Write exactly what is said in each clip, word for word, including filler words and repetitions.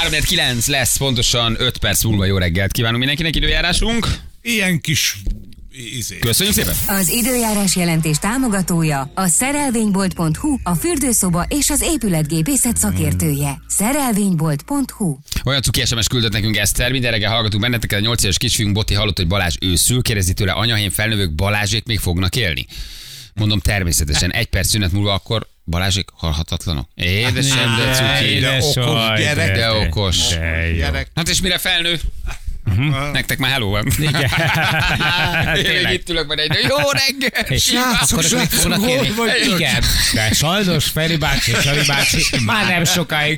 három kilenc lesz, pontosan öt perc múlva. Jó reggelt kívánunk mindenkinek, időjárásunk. Ilyen kis... Izé. Köszönjük szépen! Az időjárás jelentés támogatója a szerelvénybolt pont hu, a fürdőszoba és az épületgépészet szakértője. szerelvénybolt pont hu. Olyan cuki es em es küldött nekünk Eszter, minden reggel hallgatunk benneteket, a nyolc éves kisfiunk Boti hallott, hogy Balázs őszül, kérdezi tőle, anya, én felnövők, Balázsék még fognak élni? Mondom, természetesen, egy perc szünet múlva akkor Balázsék halhatatlanok. Édesem, de cuki. De okos gyerek. De okos. Gyerek. Hát és mire felnő? Uh-huh. Nektek már hello van. Igen. Én itt ülök majd egy jó reggel. Srácok, akkor még fognak kérni. Igen. De Sajnos, Feri bácsi, Sali bácsi, már nem sokáig.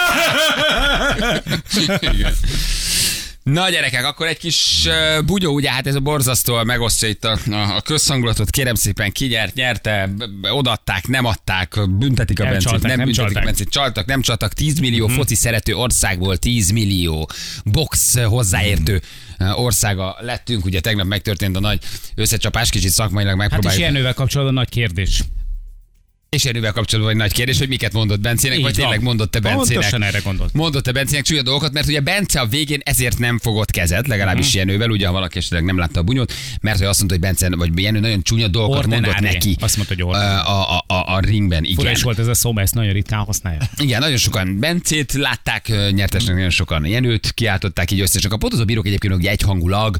Igen. Na gyerekek, akkor egy kis uh, bugyó, ugye hát ez a borzasztó, megosztja itt a, a, a közhangulatot, kérem szépen, ki nyert, nyerte, odaadták, nem adták, büntetik a Nem Bencét, csalták, nem, nem büntetik csalták. a Bencét, csaltak, nem csaltak, tíz millió hmm. foci szerető országból tíz millió box hozzáértő országa lettünk, ugye tegnap megtörtént a nagy összecsapás, kicsit szakmailag Hát és megpróbáljuk. ilyenővel kapcsolatban nagy kérdés. És erővel kapcsolatban egy nagy kérdés, hogy miket mondott Bencének, Így vagy van. tényleg mondott-e Bencének? Pontosan erre gondolt. Mondott-e Bencének csúnya dolgokat, mert ugye Bence a végén ezért nem fogott kezet, legalábbis uh-huh. Jenővel, ugye ha valaki esetleg nem látta a bunyót, mert hogy azt mondta, hogy Bence vagy Jenő nagyon csúnya dolgokat Ordinári. mondott neki. Azt mondta, hogy a, ordinári. a, a, a, a ringben, igen. Fura is volt ez a szó, mert ezt nagyon ritkán használja. Igen, nagyon sokan Bencét látták nyertesnek, nagyon sokan Jenőt kiáltották így össze, csak a pontozó bírók egyébként ugye egyhangulag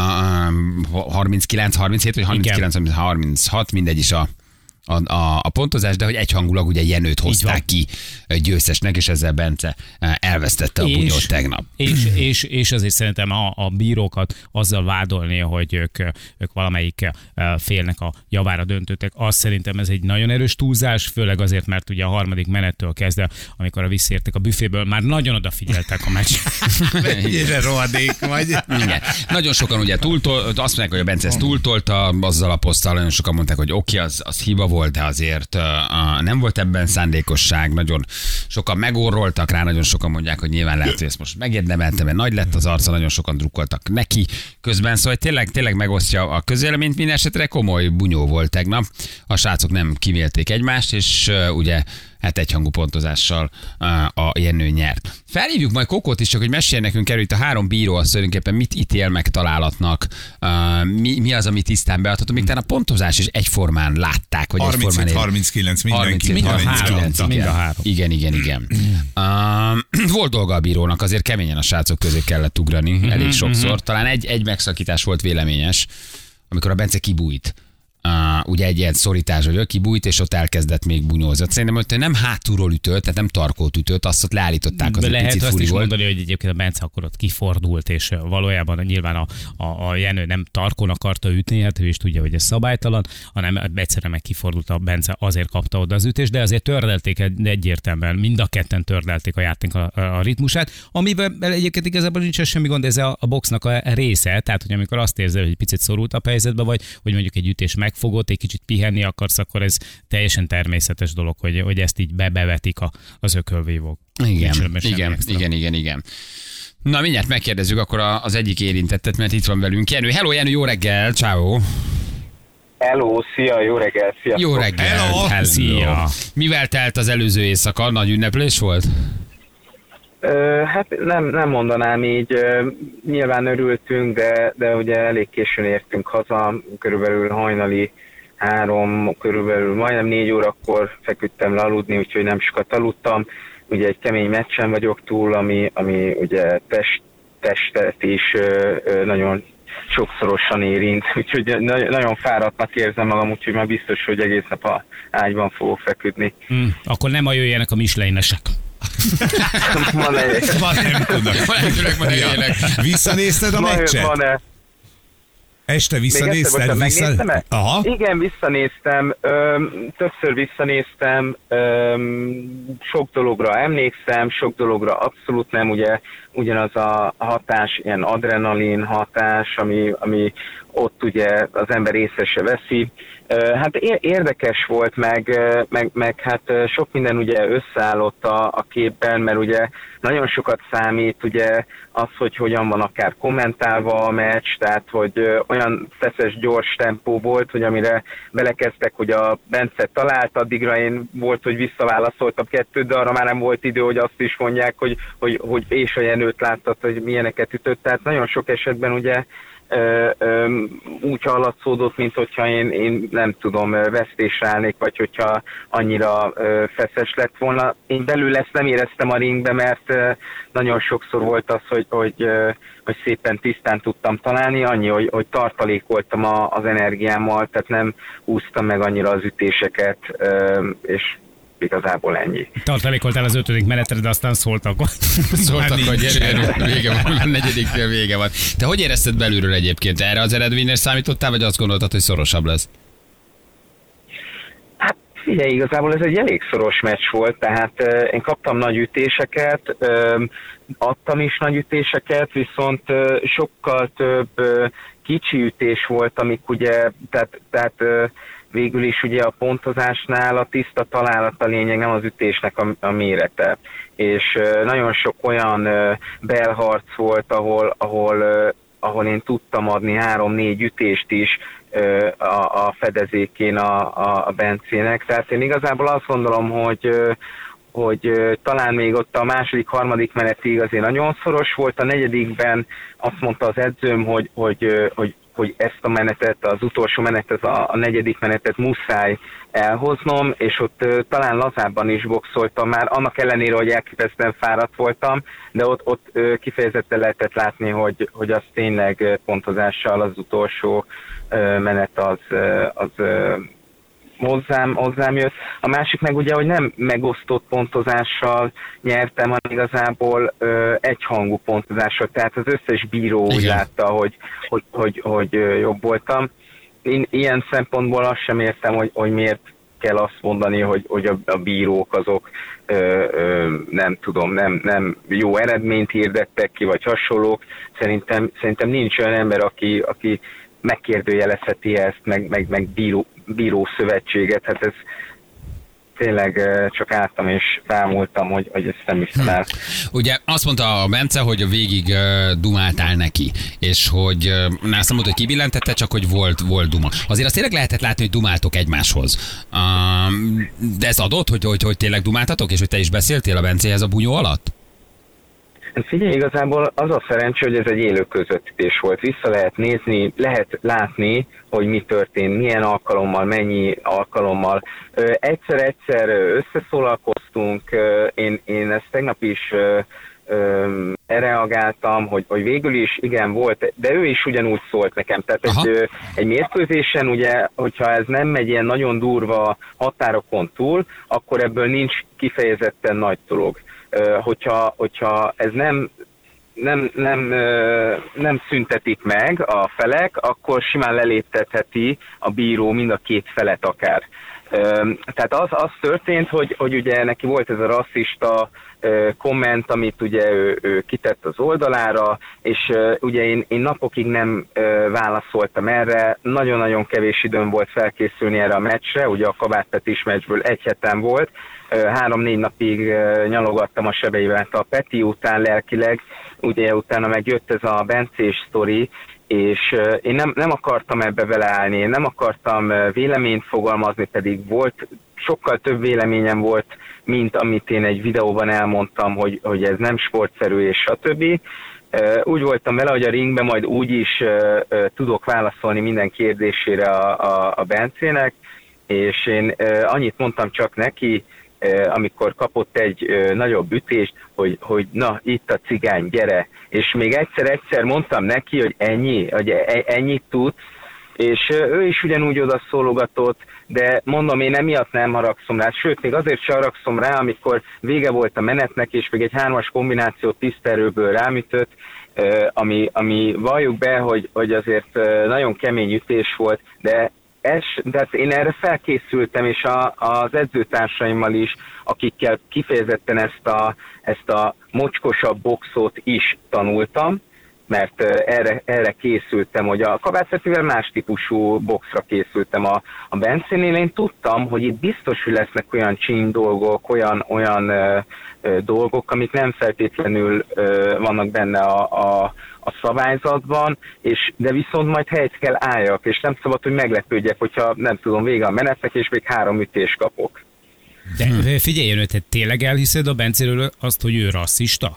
uh, harminckilenc harminchét vagy harminckilenc harminchat, mindegy is a A, a, a pontozás, de hogy egyhangulag ugye Jenőt hozták ki győztesnek, és ezzel Bence elvesztette a bunyót tegnap. És, és, és azért szerintem a, a bírókat azzal vádolni, hogy ők, ők valamelyik félnek a javára döntöttek, azt szerintem ez egy nagyon erős túlzás, főleg azért, mert ugye a harmadik menettől kezdve, amikor a visszaértek a büféből, már nagyon odafigyeltek a meccs. Mennyire rohadék vagy. Igen. Nagyon sokan ugye túltol, azt mondják, hogy a Bence ezt túltolta, azzal a poszttal, nagyon sokan mondták, hogy oké, okay, az, az hiba volt, de azért uh, nem volt ebben szándékosság, nagyon sokan megorroltak rá, nagyon sokan mondják, hogy nyilván lehet, hogy ezt most megérdemelte, mert nagy lett az arca, nagyon sokan drukkoltak neki közben, szóval tényleg, tényleg megosztja a közvéleményt, minden esetre komoly bunyó volt tegnap, a srácok nem kivélték egymást, és uh, ugye hát egyhangú pontozással uh, a Jenő nyert. Felhívjuk majd Kokót is, csak hogy mesélj nekünk erről, itt a három bíró az tulajdonképpen mit ítél meg találatnak, uh, mi, mi az, ami tisztán beadható, még talán a pontozás is egyformán látták, hogy egyformán ér. harminckilenc mindenki. harmincöt, harminckilenc, mind igen. a három. Igen, igen, igen. Uh, volt dolga a bírónak, azért keményen a srácok közé kellett ugrani, elég sokszor. Talán egy, egy megszakítás volt véleményes, amikor a Bence kibújt. Uh, ugye egy ilyen szorítás, hogy ő kibújt, és ott elkezdett még bunyózni. Szerintem, hogy nem hátulról ütött, tehát nem tarkót ütött, azt ott leállították, az egy lehet picit azt furi is volt. mondani, hogy egyébként a Bence akkor ott kifordult, és valójában nyilván a, a, a Jenő nem tarkon akarta ütni, hát ő is tudja, hogy ez szabálytalan, hanem egyszerűen meg kifordult a Bence, azért kapta oda az ütést, de azért tördelték egyértelműen, mind a ketten tördelték a játék a, a ritmusát, amiben egyébként igazából nincs semmi gond, ez a, a boxnak a része, tehát hogy amikor azt érzed, hogy egy picit szorultabb helyzetben vagy, hogy mondjuk egy ütés megfogott, egy kicsit pihenni akarsz, akkor ez teljesen természetes dolog, hogy, hogy ezt így bebevetik a, az ökölvívók. Igen, igen, igen, igen, igen. Na, mindjárt megkérdezzük akkor az egyik érintettet, mert itt van velünk Jenő. Hello, Jenő, jó reggel, ciao. Hello, szia, jó reggel, szia. Jó reggel, Hello. hello. Szia. Mivel telt az előző éjszaka? Nagy ünneplés volt? Ö, hát nem, nem mondanám így, ö, nyilván örültünk, de, de ugye elég későn értünk haza, körülbelül hajnali három, körülbelül majdnem négy órakor feküdtem le aludni, úgyhogy nem sokat aludtam. Ugye egy kemény meccsen vagyok túl, ami, ami ugye test, testet is ö, ö, nagyon sokszorosan érint, úgyhogy nagyon fáradtnak érzem magam, úgyhogy már biztos, hogy egész nap a ágyban fogok feküdni. Hmm, akkor nem a jöjjenek a Michelin-esek. Van egy... Van, nem tudnak. Visszanézted a meccset? Van-e? Este visszanézted? Még egyszer, Vissza... megnéztem-e? Aha. Igen, visszanéztem, öm, többször visszanéztem, öm, sok dologra emlékszem, sok dologra abszolút nem, ugye ugyanaz a hatás, ilyen adrenalin hatás, ami, ami ott ugye az ember észre se veszi. Hát érdekes volt, meg, meg, meg hát sok minden ugye összeállott a, a képben, mert ugye nagyon sokat számít ugye az, hogy hogyan van akár kommentálva a meccs, tehát hogy olyan feszes, gyors tempó volt, hogy amire belekezdtek, hogy a Bence talált, addigra én volt, hogy visszaválaszoltam kettőt, de arra már nem volt idő, hogy azt is mondják, hogy, hogy, hogy és a Jenőt láttad, hogy milyeneket ütött, tehát nagyon sok esetben ugye Ö, ö, úgy hallatszódott, mint hogyha én, én nem tudom, vesztésre állnék, vagy hogyha annyira ö, feszes lett volna. Én belül ezt nem éreztem a ringbe, mert ö, nagyon sokszor volt az, hogy, hogy, ö, hogy szépen tisztán tudtam találni, annyi, hogy, hogy tartalékoltam a, az energiámmal, tehát nem úsztam meg annyira az ütéseket, ö, és igazából ennyi. Tartalékoltál az ötödik menetre, de aztán szóltak. Szóltak, hogy gyere, vége van, a negyediknél vége van. Te hogy érezted belülről egyébként? Erre az eredményre számítottál, vagy azt gondoltad, hogy szorosabb lesz? Hát figyelj, igazából ez egy elég szoros meccs volt, tehát uh, én kaptam nagy ütéseket, uh, adtam is nagy ütéseket, viszont uh, sokkal több uh, kicsi ütés volt, amik ugye, tehát, tehát uh, végül is ugye a pontozásnál a tiszta találat a lényeg, nem az ütésnek a, a mérete. És uh, nagyon sok olyan uh, belharc volt, ahol, ahol, uh, ahol én tudtam adni három-négy ütést is uh, a, a fedezékén a, a, a Bencének. Tehát én igazából azt gondolom, hogy uh, hogy uh, talán még ott a második, harmadik menetig azért nagyon szoros volt, a negyedikben azt mondta az edzőm, hogy, hogy, uh, hogy hogy ezt a menetet, az utolsó menetet, a, a negyedik menetet muszáj elhoznom, és ott uh, talán lazábban is boxoltam már, annak ellenére, hogy elképesztően fáradt voltam, de ott, ott uh, kifejezetten lehetett látni, hogy, hogy az tényleg uh, pontozással az utolsó uh, menet az, uh, az uh, hozzám, hozzám jött. A másik meg ugye, hogy nem megosztott pontozással nyertem, hanem igazából ö, egyhangú pontozással, tehát az összes bíró úgy látta, hogy, hogy, hogy, hogy ö, jobb voltam. Én ilyen szempontból azt sem értem, hogy, hogy miért kell azt mondani, hogy, hogy a, a bírók azok ö, ö, nem tudom, nem, nem jó eredményt hirdettek ki, vagy hasonlók. Szerintem, szerintem nincs olyan ember, aki, aki megkérdőjelezheti ezt, meg, meg, meg bíró, bírószövetséget, hát ez tényleg csak álltam és bámultam, hogy, hogy ezt nem hiszem el. Ugye azt mondta a Bence, hogy végig uh, dumáltál neki, és hogy uh, azt mondta, hogy kibillentette, csak hogy volt, volt duma. Azért azt tényleg lehetett látni, hogy dumáltok egymáshoz. Uh, de ez adott, hogy, hogy, hogy tényleg dumáltatok, és hogy te is beszéltél a Bencéhez a bunyó alatt? Figyelj, igazából az a szerencsé, hogy ez egy élő közvetítés volt. Vissza lehet nézni, lehet látni, hogy mi történt, milyen alkalommal, mennyi alkalommal. Egyszer-egyszer összeszólalkoztunk, én, én ezt tegnap is reagáltam, hogy, hogy végül is igen volt, de ő is ugyanúgy szólt nekem. Tehát egy, egy mérkőzésen ugye, hogyha ez nem megy ilyen nagyon durva határokon túl, akkor ebből nincs kifejezetten nagy dolog. Hogyha, hogyha ez nem, nem, nem, nem szüntetik meg a felek, akkor simán leléptetheti a bíró mind a két felet akár. Tehát az, az történt, hogy, hogy ugye neki volt ez a rasszista komment, amit ugye ő, ő kitett az oldalára, és ugye én, én napokig nem válaszoltam erre, nagyon-nagyon kevés időm volt felkészülni erre a meccsre, ugye a Kabát-Petis meccsből egy hetem volt, három-négy napig nyalogattam a sebeivel a Peti után lelkileg, ugye utána meg jött ez a Bencés sztori, és én nem, nem akartam ebbe beleállni, én nem akartam véleményt fogalmazni, pedig volt, sokkal több véleményem volt, mint amit én egy videóban elmondtam, hogy, hogy ez nem sportszerű, és stb. Úgy voltam vele, hogy a ringben majd úgy is tudok válaszolni minden kérdésére a, a, a Bencének, és én annyit mondtam csak neki, amikor kapott egy nagyobb ütést, hogy, hogy na, itt a cigány, gyere. És még egyszer-egyszer mondtam neki, hogy ennyi, hogy ennyit tudsz, és ő is ugyanúgy oda szólogatott, de mondom, én emiatt nem haragszom rá, sőt, még azért sem haragszom rá, amikor vége volt a menetnek, és még egy hármas kombinációt tiszterőből rámütött, ami, ami valljuk be, hogy, hogy azért nagyon kemény ütés volt, de Ez, de én erre felkészültem, és a, az edzőtársaimmal is, akikkel kifejezetten ezt a, ezt a mocskosabb boxot is tanultam, mert erre, erre készültem, hogy a kabátfesztivel más típusú boxra készültem a, a Bencénél. Én tudtam, hogy itt biztos, hogy lesznek olyan csíny dolgok, olyan, olyan ö, ö, dolgok, amik nem feltétlenül ö, vannak benne a, a, a szabályzatban, és, de viszont majd helyt kell álljak, és nem szabad, hogy meglepődjek, hogyha nem tudom, vége a menetnek, és még három ütést kapok. De hmm. figyelj, hogy te tényleg elhiszed a Bencéről azt, hogy ő rasszista?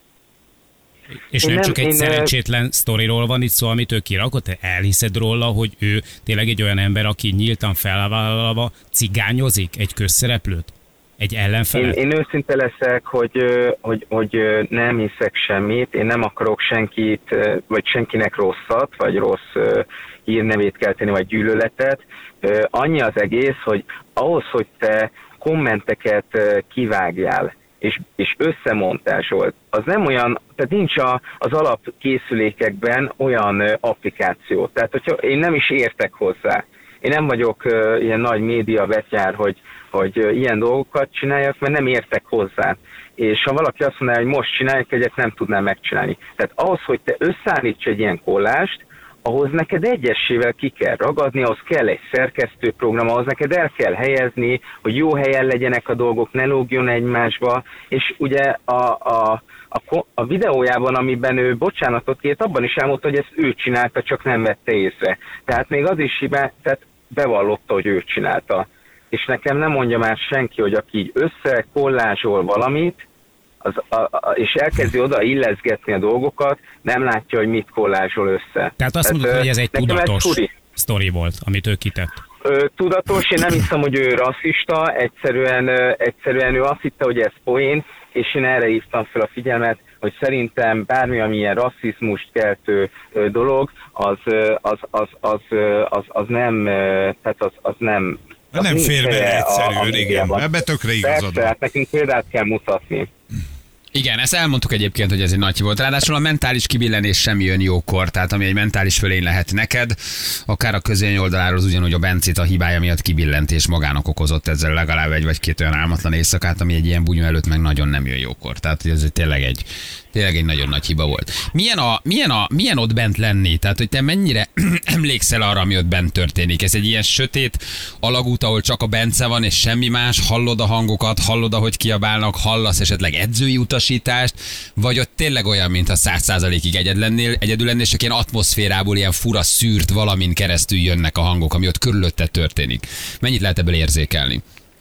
És nem, nem csak egy én szerencsétlen sztoriról van itt szó, amit ő kirakott? Te elhiszed róla, hogy ő tényleg egy olyan ember, aki nyíltan felvállalva cigányozik egy közszereplőt? Egy ellenfelet? Én, én őszinte leszek, hogy, hogy, hogy nem hiszek semmit, én nem akarok senkit, vagy senkinek rosszat, vagy rossz hírnevét kelteni, vagy gyűlöletet. Annyi az egész, hogy ahhoz, hogy te kommenteket kivágjál, és, és összemontázsolt, az nem olyan, tehát nincs a, az alapkészülékekben olyan applikáció. Tehát, hogyha én nem is értek hozzá. Én nem vagyok uh, ilyen nagy média betyár, hogy, hogy uh, ilyen dolgokat csináljak, mert nem értek hozzá. És ha valaki azt mondaná, hogy most csináljuk egyet, nem tudnám megcsinálni. Tehát ahhoz, hogy te összeállíts egy ilyen kollást, ahhoz neked egyesével ki kell ragadni, ahhoz kell egy szerkesztőprogram, ahhoz neked el kell helyezni, hogy jó helyen legyenek a dolgok, ne lógjon egymásba, és ugye a, a, a, a videójában, amiben ő bocsánatot kért, abban is elmondta, hogy ezt ő csinálta, csak nem vette észre. Tehát még az is hibá, tehát bevallotta, hogy ő csinálta. És nekem nem mondja már senki, hogy aki így összekollázsol valamit, Az, a, a, és elkezdi oda illeszgetni a dolgokat, nem látja, hogy mit kollázsol össze. Tehát azt mondod, hogy ez egy tudatos sztori volt, amit ő kitett. Ö, tudatos, én nem hiszem, hogy ő rasszista, egyszerűen, ö, egyszerűen ő azt hitte, hogy ez poén, és én erre hívtam fel a figyelmet, hogy szerintem bármi, amilyen rasszizmust keltő ö, dolog, az, ö, az, az, az, ö, az, az nem, ö, tehát az, az nem... Az nem fér bele egyszerűen, igen. Ebbe tökre igazad. Persze, hát nekünk példát kell mutatni. Igen, ezt elmondtuk egyébként, hogy ez egy nagy volt. Ráadásul a mentális kibillenés sem jön jókor, tehát ami egy mentális fölény lehet neked, akár a közény oldaláról az ugyanúgy a Bencét a hibája miatt kibillent és magának okozott ezzel legalább egy vagy két olyan álmatlan éjszakát, ami egy ilyen bunyó előtt meg nagyon nem jön jókor. Tehát ez tényleg egy, tényleg egy nagyon nagy hiba volt. Milyen, a, milyen, a, milyen ott bent lenni? Tehát, hogy te mennyire emlékszel arra, ami ott bent történik? Ez egy ilyen sötét alagút, ahol csak a Bence van és semmi más, hallod a hangokat, hallod, ahogy kiabálnak, hallasz esetleg edzői utasítást, vagy ott tényleg olyan, mintha száz százalékig egyed lennél, egyedül lennél, és csak ilyen atmoszférából ilyen fura szűrt valamin keresztül jönnek a hangok, ami ott körülötted történik. Mennyit lehet ebből érzékelni?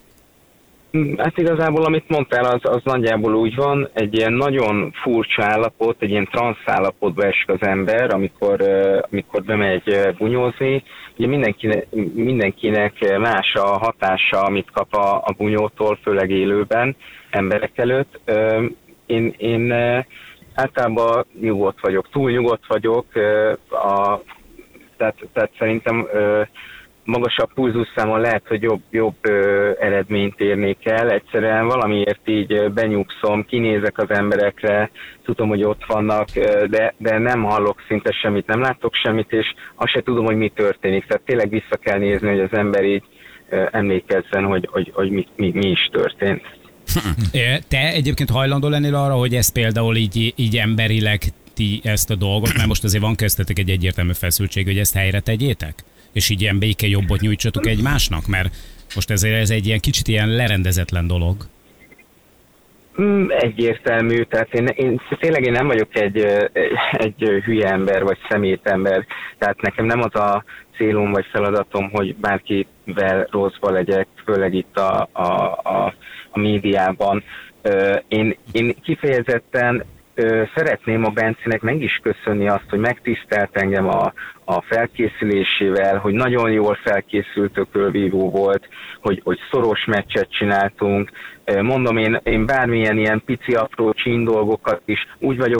Hát igazából, amit mondtál, az, az nagyjából úgy van, egy ilyen nagyon furcsa állapot, egy ilyen transz állapotba esik az ember, amikor, amikor bemegy bunyózni. Ugye mindenkinek, mindenkinek más a hatása, amit kap a, a bunyótól, főleg élőben, emberek előtt. Én, én általában nyugodt vagyok, túl nyugodt vagyok, a, tehát, tehát szerintem magasabb pulzusszámon lehet, hogy jobb, jobb ö, eredményt érnék el. Egyszerűen valamiért így benyugszom, kinézek az emberekre, tudom, hogy ott vannak, de, de nem hallok szinte semmit, nem látok semmit, és azt se tudom, hogy mi történik. Tehát tényleg vissza kell nézni, hogy az ember így ö, emlékezzen, hogy, hogy, hogy mi, mi, mi is történt. Te egyébként hajlandó lennél arra, hogy ez például így, így emberileg ti ezt a dolgot, mert most azért van köztetek egy egyértelmű feszültség, hogy ezt helyre tegyétek? És így ilyen béke jobbot nyújtsatok egymásnak? Mert most ezért ez egy ilyen kicsit ilyen lerendezetlen dolog. Mm, egyértelmű, tehát én, én tényleg én nem vagyok egy, egy hülye ember, vagy szemét ember, tehát nekem nem az a célom, vagy feladatom, hogy bárkivel rosszba legyek, főleg itt a, a, a, a médiában. Én, én kifejezetten Ö, szeretném a Bencének meg is köszönni azt, hogy megtisztelt engem a, a felkészülésével, hogy nagyon jól felkészült ökölvívó volt, hogy, hogy szoros meccset csináltunk. Ö, mondom, én, én bármilyen ilyen pici, apró csín dolgokat is úgy vagyok.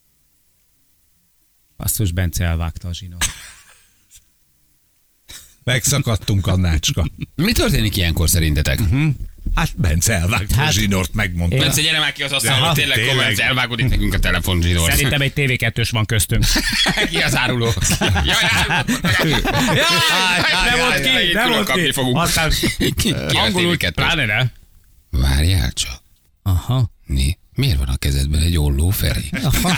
Basszus, Bence elvágta a zsinót. Megszakadtunk, Annácska. Mi történik ilyenkor szerintetek? Uh-huh. Hát Bence elvágta hát, a zsinort, megmondta. Bence, gyere már ki az asztalra, hogy tényleg komolyan elvágod itt nekünk a telefonzsinort. Szerintem egy té vé kettős van köztünk. Ki az áruló? Jaj, nem ott ki, nem ott ki. Aztán angolul, pláne ne. Várjál csak. Aha. Mi? Miért van a kezedben egy olló, Feri?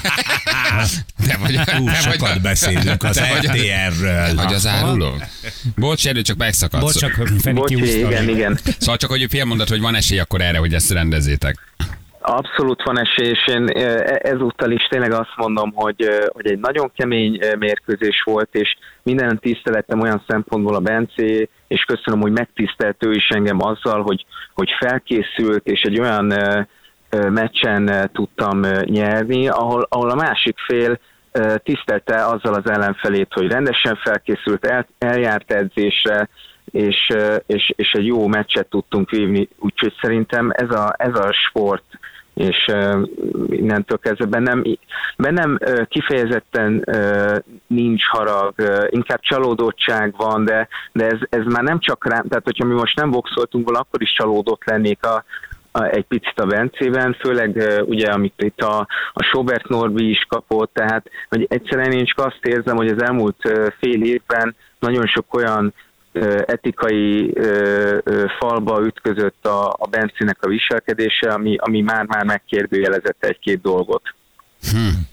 Te vagy, Túl te sokat vagy, beszélünk az er té er-ről. Te vagy az áruló? Bocs, erő, csak megszakadsz. Bocs, csak Feri Bocsi, kiúszta. igen, igen. Szóval csak, hogy fél mondat, hogy van esély akkor erre, hogy ezt rendezzétek. Abszolút van esély, és én ezúttal is tényleg azt mondom, hogy, hogy egy nagyon kemény mérkőzés volt, és minden tiszteletem olyan szempontból a Bencé, és köszönöm, hogy megtisztelt ő is engem azzal, hogy, hogy felkészült, és egy olyan meccsen tudtam nyerni, ahol, ahol a másik fél tisztelte azzal az ellenfelét, hogy rendesen felkészült, el, eljárt edzésre, és, és, és egy jó meccset tudtunk vívni, úgyhogy szerintem ez a, ez a sport, és innentől kezdve bennem, bennem kifejezetten nincs harag, inkább csalódottság van, de, de ez, ez már nem csak rám, tehát hogyha mi most nem boxoltunk volna, akkor is csalódott lennék a, a, egy picit a Bencében, főleg ugye, amit itt a, a Sobert Norbi is kapott, tehát hogy egyszerűen én csak azt érzem, hogy az elmúlt fél évben nagyon sok olyan etikai ö, ö, falba ütközött a, a Bencének a viselkedése, ami, ami már-már megkérdőjelezett egy-két dolgot. Hmm.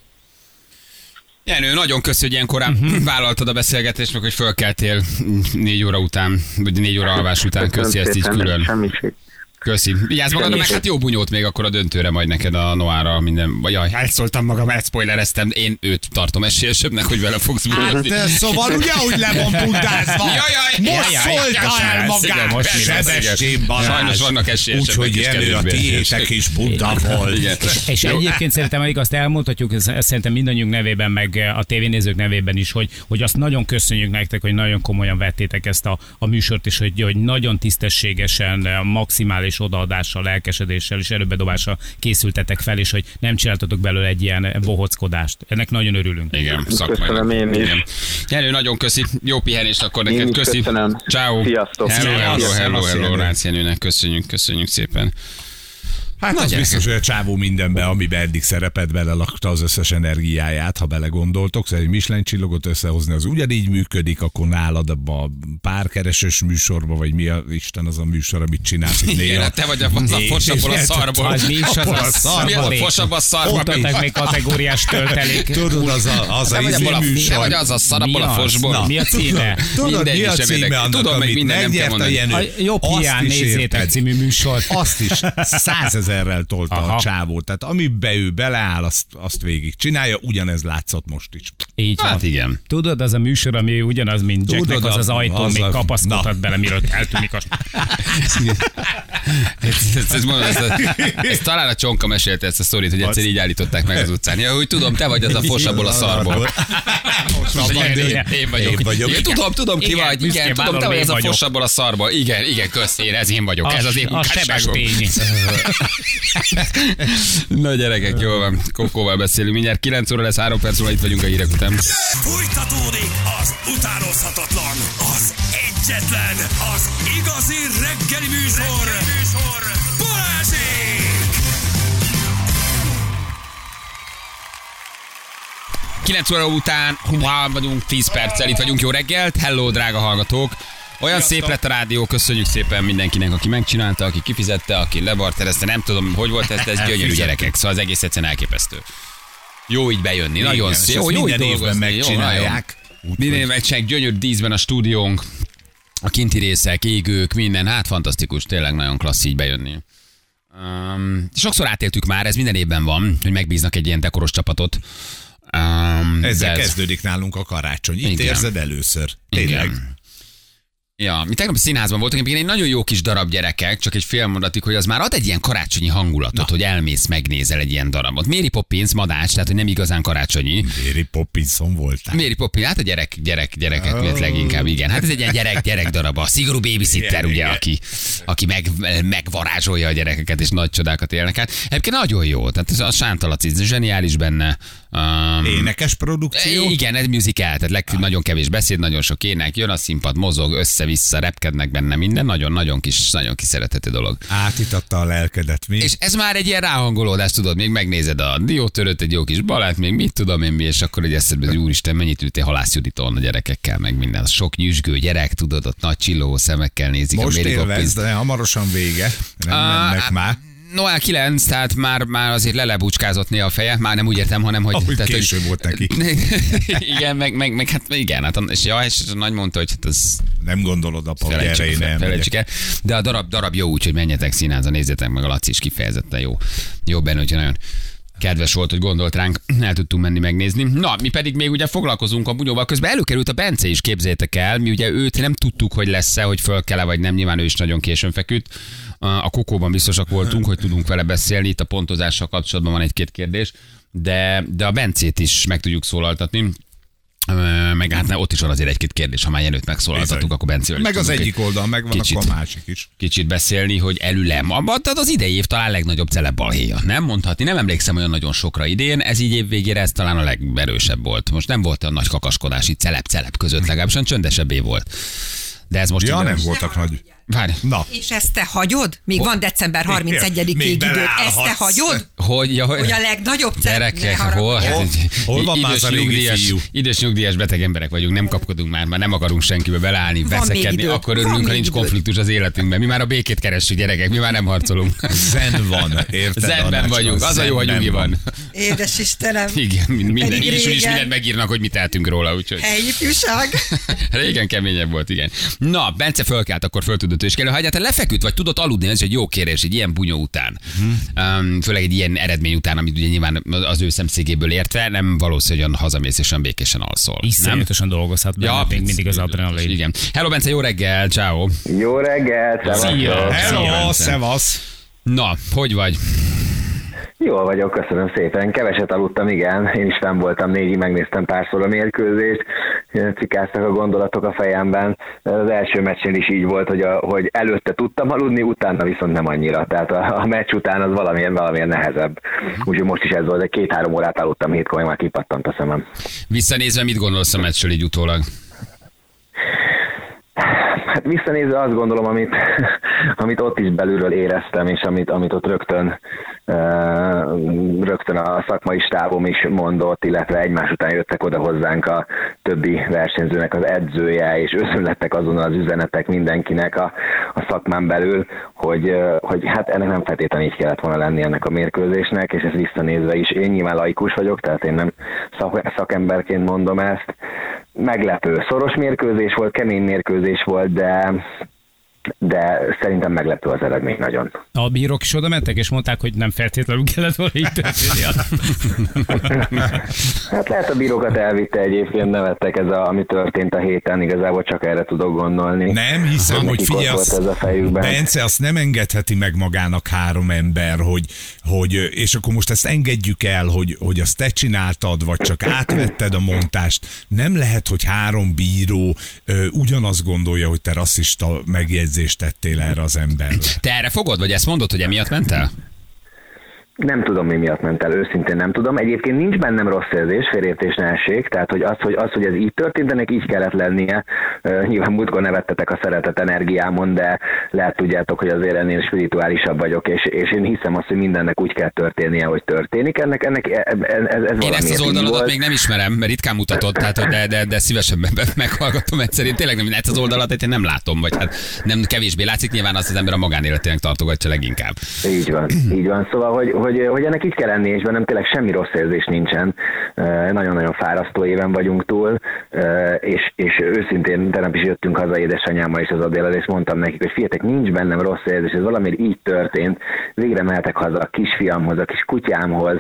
Jenő, nagyon köszi, hogy ilyen korán uh-huh. vállaltad a beszélgetést, meg hogy fölkeltél négy óra után, vagy négy óra alvás után. Köszi ezt így külön. Semmiség. Köszi. Vigyázz magadra, meg hát jó bunyót még akkor a döntőre majd neked a Noára minden. Vagy jaj, elszóltam magam, elszpoilereztem. Én őt tartom esélyesebbnek, hogy vele fogsz bunyózni. Hát, szóval ugye, hogy le van bundázva. Jaj, most szólta el magát. Most Sebesség Balázs. Sajnos vannak esélyesebbek. Úgyhogy Jenő, a tiétek is bunda volt. És, és egyébként szerintem, amíg azt elmondhatjuk, ezt szerintem mindannyiunk nevében, meg a tévénézők nevében is, hogy, hogy azt nagyon köszönjük nektek, hogy nagyon komolyan vettétek ezt a, a műsort, és hogy, hogy nagyon tisztességesen, maximális odaadással, lelkesedéssel és erőbedobással készültetek fel, és hogy nem csináltatok belőle egy ilyen bohockodást. Ennek nagyon örülünk. Igen, szakmai. Jenő, nagyon köszi. Jó pihenést akkor neked. Köszi. Ciao. Sziasztok. Hello, hello, Sziasztok. hello, hello, Jenő. Rácz Jenőnek köszönjük, köszönjük szépen. Hát Na, az gyerekek. biztos, hogy a csávó mindenbe, amiben eddig szerepet, belelakta az összes energiáját, ha belegondoltok. Szóval egy Michelin csillagot összehozni, az ugyanígy működik, akkor nálad abba a párkeresős műsorba, vagy mi a Isten az a műsor, amit csinálsz itt néha. Igen, te vagy a, az a fosaból a szarból. Az mi is az a Mi a szarba? fosabb a szarba? Mondtak még kategóriás töltelék. Tudod, az a, az Te a vagy izé abból a, műsor. te vagy az a szar abból a fosból. Mi a címe? Tudod, Mindegy mi a sem címe érdekel. annak, Tudom, meg amit minden nem kell megnyert a mondani. Jenő? A jobb Azt hiány is nézzétek érted. című műsort. Azt is százezerrel tolta Aha. a csávó. Tehát amiben ő beleáll, azt, azt végig csinálja. Ugyanez látszott most is. Így van. Hát igen. Tudod, az a műsor, ami ugyanaz, mint Jacknek, Tudod, az az a- ajtón az még a- kapaszkodhat na. bele, mielőtt eltűnik a... Ezt, ezt, ezt, mondom, ezt, ezt talán a Csonka mesélte ezt a sztorit, hogy egyszer így állították meg az utcán. Ja, hogy tudom, te vagy az a fosabból a szarból. Most Igen, én, igen. én vagyok. Én vagyok. Igen, tudom, tudom ki Igen, vagy. büszkén Igen, tudom, te vállalom, vagy én az a vagyok. fosabból a szarból. Igen, igen, kösz, én, ez én vagyok. Ez az én a sebes munkásságom. tényi. Na gyerekek, jól van. Kokóval beszélünk. Mindjárt kilenc óra lesz, három perc múlva itt vagyunk a hírek után. Fújtatódik az utánozhatatlan, az egyetlen, az igazi reggeli műsor, reggeli műsor. Balázsék! kilenc óra után húha, vagyunk, tíz perccel itt vagyunk. Jó reggelt, hello drága hallgatók. Olyan szép lett a rádió, köszönjük szépen mindenkinek, aki megcsinálta, aki kifizette, aki lebarterezte, nem tudom, hogy volt ez, de ez gyönyörű gyerekek, szóval az egész egyszerűen elképesztő. Jó így bejönni, nagyon Igen, szép, és jó, ezt jó így minden évben dolgozni, jó, nagyon. megcsinálják. Úgy, Minden hogy- megcsinálják, gyönyörű díszben a stúdiónk, a kinti részek, égők, minden, hát fantasztikus, tényleg nagyon klassz így bejönni. Um, sokszor átéltük már, ez minden évben van, hogy megbíznak egy ilyen dekoros csapatot. Um, Ezzel de ez- kezdődik nálunk a karácsony. Itt Igen. érzed először. Tényleg. Igen. Ja, mi tegnap a színházban voltunk, igen, egy nagyon jó kis darab gyerekek, csak egy fél mondatig, hogy az már ad egy ilyen karácsonyi hangulatot, Na. hogy elmész, megnézel egy ilyen darabot. Mary Poppins, madács, tehát hogy nem igazán karácsonyi. Mary Poppinson voltál. Mary Poppins, hát a gyerek, gyerek, gyerekek Oh. miatt leginkább, igen. Hát ez egy ilyen gyerek, gyerek darab, a szigorú babysitter, Igen, ugye, igen. aki, aki meg, megvarázsolja a gyerekeket, és nagy csodákat élnek át. Egyébként nagyon jó, tehát ez a Sánta Laci, zseniális benne. Um, Énekes produkció? igen, ez musical, tehát leg, nagyon kevés beszéd, nagyon sok ének, jön a színpad, mozog, össze-vissza, repkednek benne minden, nagyon-nagyon kis, nagyon kis szerethető dolog. Átitatta a lelkedet. Mi? És ez már egy ilyen ráhangolódás, tudod, még megnézed a diótörőt, egy jó kis balát, még mit tudom én mi, és akkor egy eszedbe, hogy úristen, mennyit ültél Halász Juditon a gyerekekkel, meg minden. Az sok nyüzsgő gyerek, tudod, ott nagy csilló szemekkel nézik Most a Mary Poppins. élvezd, de hamarosan vége. Nem Ah, mennek már. Noel kilenc, tehát már, már azért lelebucskázott néha a feje, már nem úgy értem, hanem hogy... Ahogy tehát, késő hogy, volt neki. igen, meg, meg, meg, hát igen, hát, és, ja, és a nagy mondta, hogy hát az... Nem gondolod, apa, hogy erre én nem felejtsük el. De a darab, darab jó, úgyhogy menjetek színházba, nézzétek meg, a Laci is kifejezetten jó. Jó benne, hogyha nagyon kedves volt, hogy gondolt ránk, el tudtunk menni megnézni. Na, mi pedig még ugye foglalkozunk a bunyóval, közben előkerült a Bence is, képzeljétek el, mi ugye őt nem tudtuk, hogy lesz-e, hogy föl kell-e, vagy nem, nyilván ő is nagyon későn feküdt. A Kokóban biztosak voltunk, hogy tudunk vele beszélni, itt a pontozással kapcsolatban van egy-két kérdés, de, de a Bencét is meg tudjuk szólaltatni. Meg hát ott is van azért egy-két kérdés, ha már Jenőt megszólaltattuk, akkor Bencével meg az egyik oldal, meg van kicsit, akkor a másik is. Kicsit beszélni, hogy elülem. Az idei év talán legnagyobb celebbalhéja. Nem mondhatni, nem emlékszem olyan nagyon sokra idén, ez így év végére ez talán a legerősebb volt. Most nem volt olyan nagy kakaskodás itt celeb-celeb között, legalábbis olyan csöndesebb év volt. De ez most ja, nem nem voltak nagy. Várj. Na. És ezt te hagyod? Még van december harmincegyedikéig időt. Ezt te hagyod? Hogy, ja, hogy, hogy a legnagyobb gyerekek, hol, hol, hol van már a nyugdíjas, idős nyugdíjas beteg emberek vagyunk, nem kapkodunk már, már nem akarunk senkibe beleállni, van veszekedni, akkor örülünk, ha nincs idő. Konfliktus az életünkben. Mi már a békét keressük, gyerekek, mi már nem harcolunk. Zen van, érted? Zenben vagyunk, az a jó, hogy nyugi van. Édes Istenem. Igen, minden, így is, is mindent megírnak, hogy mit tehetünk róla. Úgyhogy. Helyifjúság. Régen keményebb volt, igen. Na, Bence fölkelt, akkor föltudott és kell, ha egyáltalán lefeküdt, vagy tudott aludni, ez egy jó kérés, egy ilyen bunyó után. Uh-huh. Um, főleg egy ilyen eredmény után, amit ugye nyilván az ő szemszögéből értve, nem valószínű, hogy hazamész és olyan békésen alszol. Iszonyatosan dolgozhat benne, ja, még mindig az adrenalin. Igen. Hello Bence, jó reggel, ciao. Jó reggel, Szia. Hello, szevasz. Na, hogy vagy? Jól vagyok, köszönöm szépen. Keveset aludtam, igen. Én is fenn voltam négyig, megnéztem párszor a mérkőzést. Cikáztak a gondolatok a fejemben. Az első meccsén is így volt, hogy, a, hogy előtte tudtam aludni, utána viszont nem annyira. Tehát a, a meccs után az valamilyen, valamilyen nehezebb. Úgyhogy most is ez volt, hogy két-három órát aludtam, hétkor már kipattant a szemem. Visszanézve mit gondolsz a meccsről így utólag? Hát visszanézve azt gondolom, amit, amit ott is belülről éreztem, és amit, amit ott rögtön, uh, rögtön a szakmai stábom is mondott, illetve egymás után jöttek oda hozzánk a többi versenyzőnek az edzője, és összelettek azon az üzenetek mindenkinek a, a szakmán belül, hogy, hogy hát ennek nem feltétlenül így kellett volna lenni ennek a mérkőzésnek, és ezt visszanézve is, én nyilván laikus vagyok, tehát én nem szak, szakemberként mondom ezt. Meglepő. Szoros mérkőzés volt, kemény mérkőzés volt, de, de szerintem meglepő az eredmény nagyon. A bírók is oda mentek, és mondták, hogy nem feltétlenül kellett volna így történni. Hát lehet a bírókat elvitte egyébként, nevettek ez, a, ami történt a héten, igazából csak erre tudok gondolni. Nem hiszem, hogy figyelj, ez a fejükben. Bence azt nem engedheti meg magának három ember, hogy, hogy és akkor most ezt engedjük el, hogy, hogy azt te csináltad, vagy csak átvetted a montást. Nem lehet, hogy három bíró ö, ugyanazt gondolja, hogy te rasszista megjegyzést tettél erre az emberre. Te erre fogod, vagy ezt mondod, hogy emiatt ment el? Nem tudom, mi miatt ment el, őszintén nem tudom. Egyébként nincs bennem rossz érzés, félreértés ne essék, tehát hogy az, hogy az, hogy ez így történt, ennek így kellett lennie. Uh, nyilván múltkor nevettetek a szeretet energiámon, de lehet tudjátok, hogy azért ennél spirituálisabb vagyok, és, és én hiszem azt, hogy mindennek úgy kell történnie, hogy történik. Ennek, ennek ez, ez, ez én ezt az oldaladat még nem ismerem, mert ritkán mutatod, tehát, de, de, de szívesen meghallgatom egyszer. Én tényleg nem, ezt az oldalat én nem látom, vagy hát nem kevésbé látszik, nyilván azt az ember a magánéletének tartogatja leginkább. Így van, így van. Szóval, hogy Hogy, hogy ennek így kell lenni, és bennem tényleg semmi rossz érzés nincsen. Nagyon-nagyon fárasztó éven vagyunk túl, és, és őszintén tegnap is jöttünk haza édesanyámmal és az Adéllal, és mondtam nekik, hogy figyeljetek, nincs bennem rossz érzés, ez valamiért így történt, végre mehetek haza a kisfiamhoz, a kis kutyámhoz,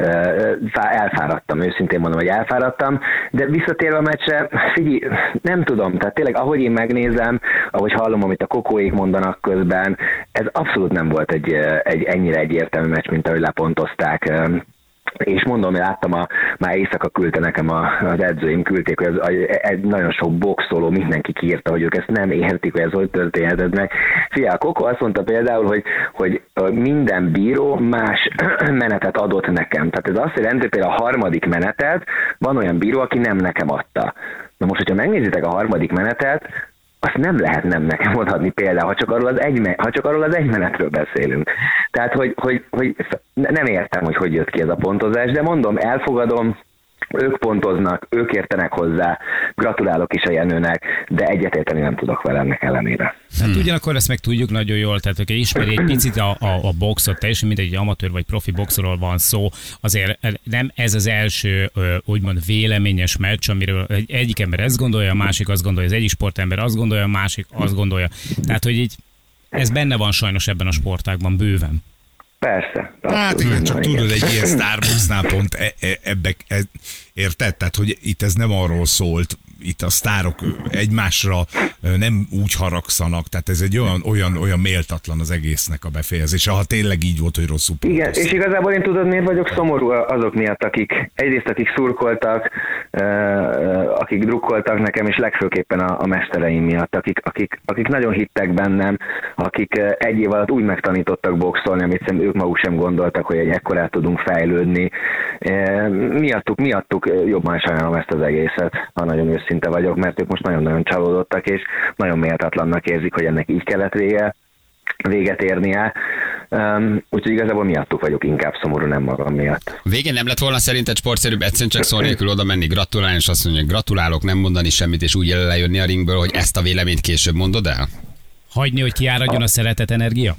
elfáradtam, őszintén mondom, hogy elfáradtam, de visszatérve a meccsre, figyelj, nem tudom, tehát tényleg ahogy én megnézem, ahogy hallom, amit a kokóék mondanak közben, ez abszolút nem volt egy, egy ennyire egyértelmű meccs, mint ahogy lepontozták. És mondom, hogy láttam, a, már éjszaka küldte nekem a, az edzőim, küldték, hogy az, egy nagyon sok boxoló, mindenki kiírta, hogy ők ezt nem értik, hogy ez hogy történhetett meg. Figyelj, a Koko azt mondta például, hogy, hogy minden bíró más menetet adott nekem. Tehát ez azt jelenti, hogy például a harmadik menetet van olyan bíró, aki nem nekem adta. Na most, hogyha megnézitek a harmadik menetet, azt nem lehet nem nekem odaadni például, ha csak arról az egy, ha csak arról az egy menetről beszélünk. Tehát, hogy, hogy, hogy nem értem, hogy hogy jött ki ez a pontozás, de mondom, elfogadom, Ők pontoznak, ők értenek hozzá, gratulálok is a Jenőnek, de egyetérteni nem tudok vele ennek ellenére. Hát ugyanakkor ezt meg tudjuk nagyon jól, tehát aki ismeri egy picit a, a, a boxot, teljesen mindegy, egy amatőr vagy profi boxról van szó, azért nem ez az első úgymond véleményes meccs, amiről egy, egyik ember ezt gondolja, a másik azt gondolja, az egyik sportember azt gondolja, a másik azt gondolja. Tehát, hogy így ez benne van sajnos ebben a sportágban bőven. Persze. Hát igen, csak tudod, egy ilyen Starbucksnál pont e, e, ebbe, e, érted? Tehát, hogy itt ez nem arról szólt, itt a sztárok egymásra nem úgy haragszanak, tehát ez egy olyan, olyan, olyan méltatlan az egésznek a befejezése, ha tényleg így volt, hogy rosszul igen, pontozott. és igazából én tudod, miért vagyok szomorú azok miatt, akik egyrészt akik szurkoltak, akik drukkoltak nekem, és legfőképpen a, a mestereim miatt, akik, akik, akik nagyon hittek bennem, akik egy év alatt úgy megtanítottak boxolni, amit szerintem ők maguk sem gondoltak, hogy egy ekkorát tudunk fejlődni. Miattuk, miattuk jobban sajnálom ezt az egészet, ha nagyon őszinte vagyok, mert ők most nagyon-nagyon csalódottak, és nagyon méltatlannak érzik, hogy ennek így kellett vége, véget érnie. Um, úgyhogy igazából miattuk vagyok inkább szomorú, nem magam miatt. Végén nem lett volna szerinted sportszerűbb egyszerűen csak szó nélkül oda menni, gratulálni, és azt mondja, gratulálok, nem mondani semmit, és úgy lejönni a ringből, hogy ezt a véleményt később mondod el? Hagyni, hogy kiáradjon a, a szeretet energia?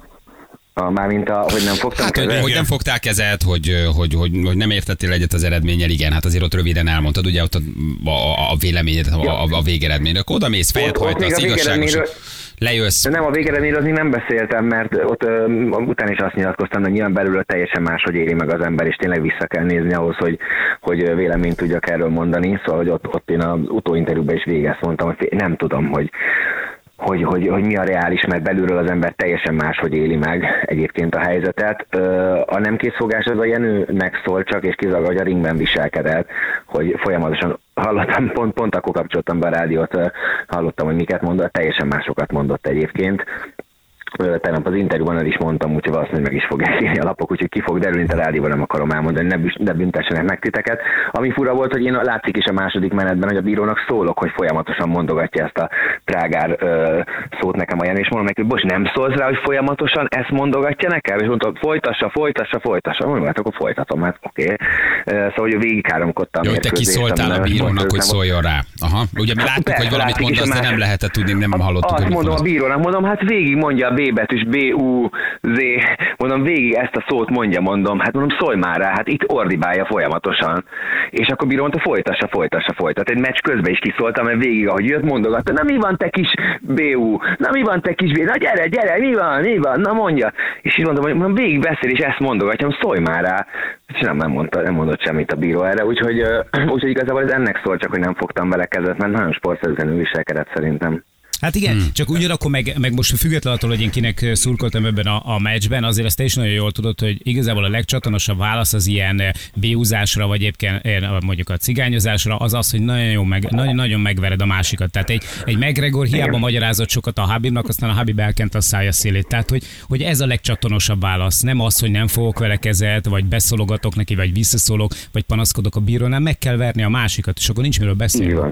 A, mármint a, hogy nem fogtam hát, kezet. Hogy nem fogtál kezet, hogy, hogy, hogy, hogy nem értettél egyet az eredménnyel, igen, hát azért ott röviden elmondtad, ugye ott a, a, a véleményed, a, a, a végeredményre. Akkor oda mész, fejet hajtasz, igazságos. Lejössz. De nem, a végeredményről még nem beszéltem, mert ott ö, után is azt nyilatkoztam, hogy nyilván belül teljesen máshogy éri meg az ember, és tényleg vissza kell nézni ahhoz, hogy, hogy véleményt tudjak erről mondani. Szóval, hogy ott, ott én az utóinterjúban is végig ezt mondtam, hogy nem tudom, hogy Hogy, hogy, hogy mi a reális, mert belülről az ember teljesen máshogy éli meg egyébként a helyzetet. A nem készfogás az a Jenőnek szól csak, és kizárólag, hogy a ringben viselkedett, hogy folyamatosan hallottam, pont, pont akkor kapcsoltam be a rádiót, hallottam, hogy miket mondott, teljesen másokat mondott egyébként. Tegnap az interjúban el is mondtam, úgyhogy valószínűleg meg is fogják írni a lapok, úgyhogy ki fog derülni, a rádióban nem akarom elmondani, ne, ne büntessenek meg titeket. Ami fura volt, hogy én látszik is a második menetben, hogy a bírónak szólok, hogy folyamatosan mondogatja ezt a trágár ö, szót nekem a Jenő, és mondom neki, hogy bocs, nem szólsz rá, hogy folyamatosan ezt mondogatja nekem? És mondtam, folytassa, folytassa, folytassa. Mondom, hát akkor folytatom, hát oké. Okay. Szóval, hogy végigkáromkodtam. Jó, te kiszóltál a bírónak, hogy szóljon rá. Aha. Ugye mi láttuk, persze, hogy valamit mondasz, de nem lehetett tudni, nem hallottuk. Azt mondom a bírónak, mondom, hát végig mondja a B betűs, B, U, Z, mondom, végig ezt a szót mondja, mondom, hát mondom, szólj már rá, hát itt ordibálja folyamatosan. És akkor bíró mondta, folytassa, folytassa, folytat. Egy meccs közben is kiszóltam, mert végig, ahogy jött, mondogatta, na mi van te kis B U, na mi van te kis B, na gyere, gyere, mi van, mi van, na mondja. És így mondom, hogy mondom, végig beszél, és ezt mondogatja, mondom, szólj már rá. És nem, nem, mondta, nem mondott semmit a bíró erre, úgyhogy, úgyhogy igazából ez ennek szól, csak hogy nem fogtam vele kezet, mert nagyon sportszerűen viselkedett szerintem. Hát igen, hmm. csak ugyanakkor meg, meg most független attól, hogy én kinek szurkoltam ebben a, a meccsben, azért ezt te is nagyon jól tudod, hogy igazából a legcsatonosabb válasz az ilyen béúzásra, vagy éppen mondjuk a cigányozásra, az az, hogy nagyon, jó meg, nagyon, nagyon megvered a másikat. Tehát egy, egy McGregor hiába magyarázott sokat a Habibnak, aztán a Habib elkent a szája szélét. Tehát, hogy, hogy ez a legcsatonosabb válasz. Nem az, hogy nem fogok vele kezet, vagy beszólogatok neki, vagy visszaszólok, vagy panaszkodok a bírónál, meg kell verni a másikat, és akkor nincs miről beszélni.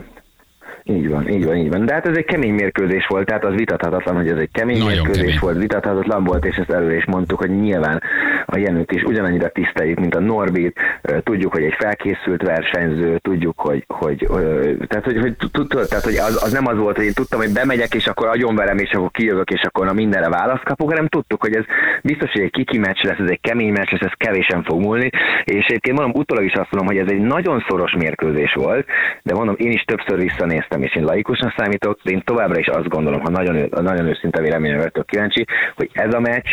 Így van, így van, így van. De hát ez egy kemény mérkőzés volt, tehát az vitathatatlan, hogy ez egy kemény Nagyon mérkőzés kemény. volt, vitathatatlan volt, és ezt előre is mondtuk, hogy nyilván a Jenőt is ugyanannyira tiszteljük, mint a Norbit, tudjuk, hogy egy felkészült versenyző, tudjuk, hogy, hogy, tehát, hogy, hogy, tehát, hogy az, az nem az volt, hogy én tudtam, hogy bemegyek, és akkor agyonverem, és akkor kijövök, és akkor na mindenre választ kapok, hanem tudtuk, hogy ez biztos, hogy egy kiki meccs lesz, ez egy kemény meccs lesz, ez kevésen fog múlni, és egyébként mondom, utólag is azt mondom, hogy ez egy nagyon szoros mérkőzés volt, de mondom, én is többször visszanéztem, és én laikusnak számítok, de én továbbra is azt gondolom, ha nagyon, nagyon őszinte véleményem vagyok kíváncsi, hogy ez a meccs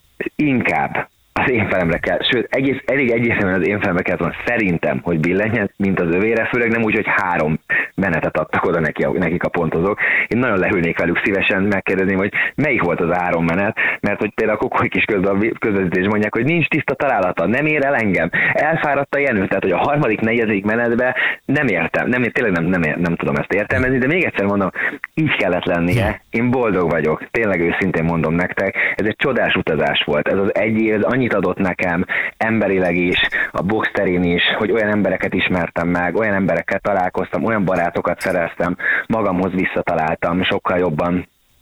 inkább az én felemre kell, sőt, egész, elég egyértelműen az én felemre kellett volna szerintem, hogy billenjen, mint az övére, főleg nem úgy, hogy három menetet adtak oda neki, nekik a pontozók. Én nagyon leülnék velük szívesen megkérdezni, hogy melyik volt az három menet, mert hogy például a Kokolyk is közben a közvetítés mondják, hogy nincs tiszta találata, nem ér el engem, elfáradt a Jenő, tehát hogy a harmadik, negyedik menetben nem értem, nem, tényleg nem, nem, nem tudom ezt értelmezni, de még egyszer mondom, így kellett lennie, én boldog vagyok, tényleg őszintén mondom nektek, ez egy csodás utazás volt, ez az egy év, annyit adott nekem, emberileg is, a box terén is, hogy olyan embereket ismertem meg, olyan emberekkel találkoztam, olyan barátokat szereztem, magamhoz visszataláltam, sokkal jobban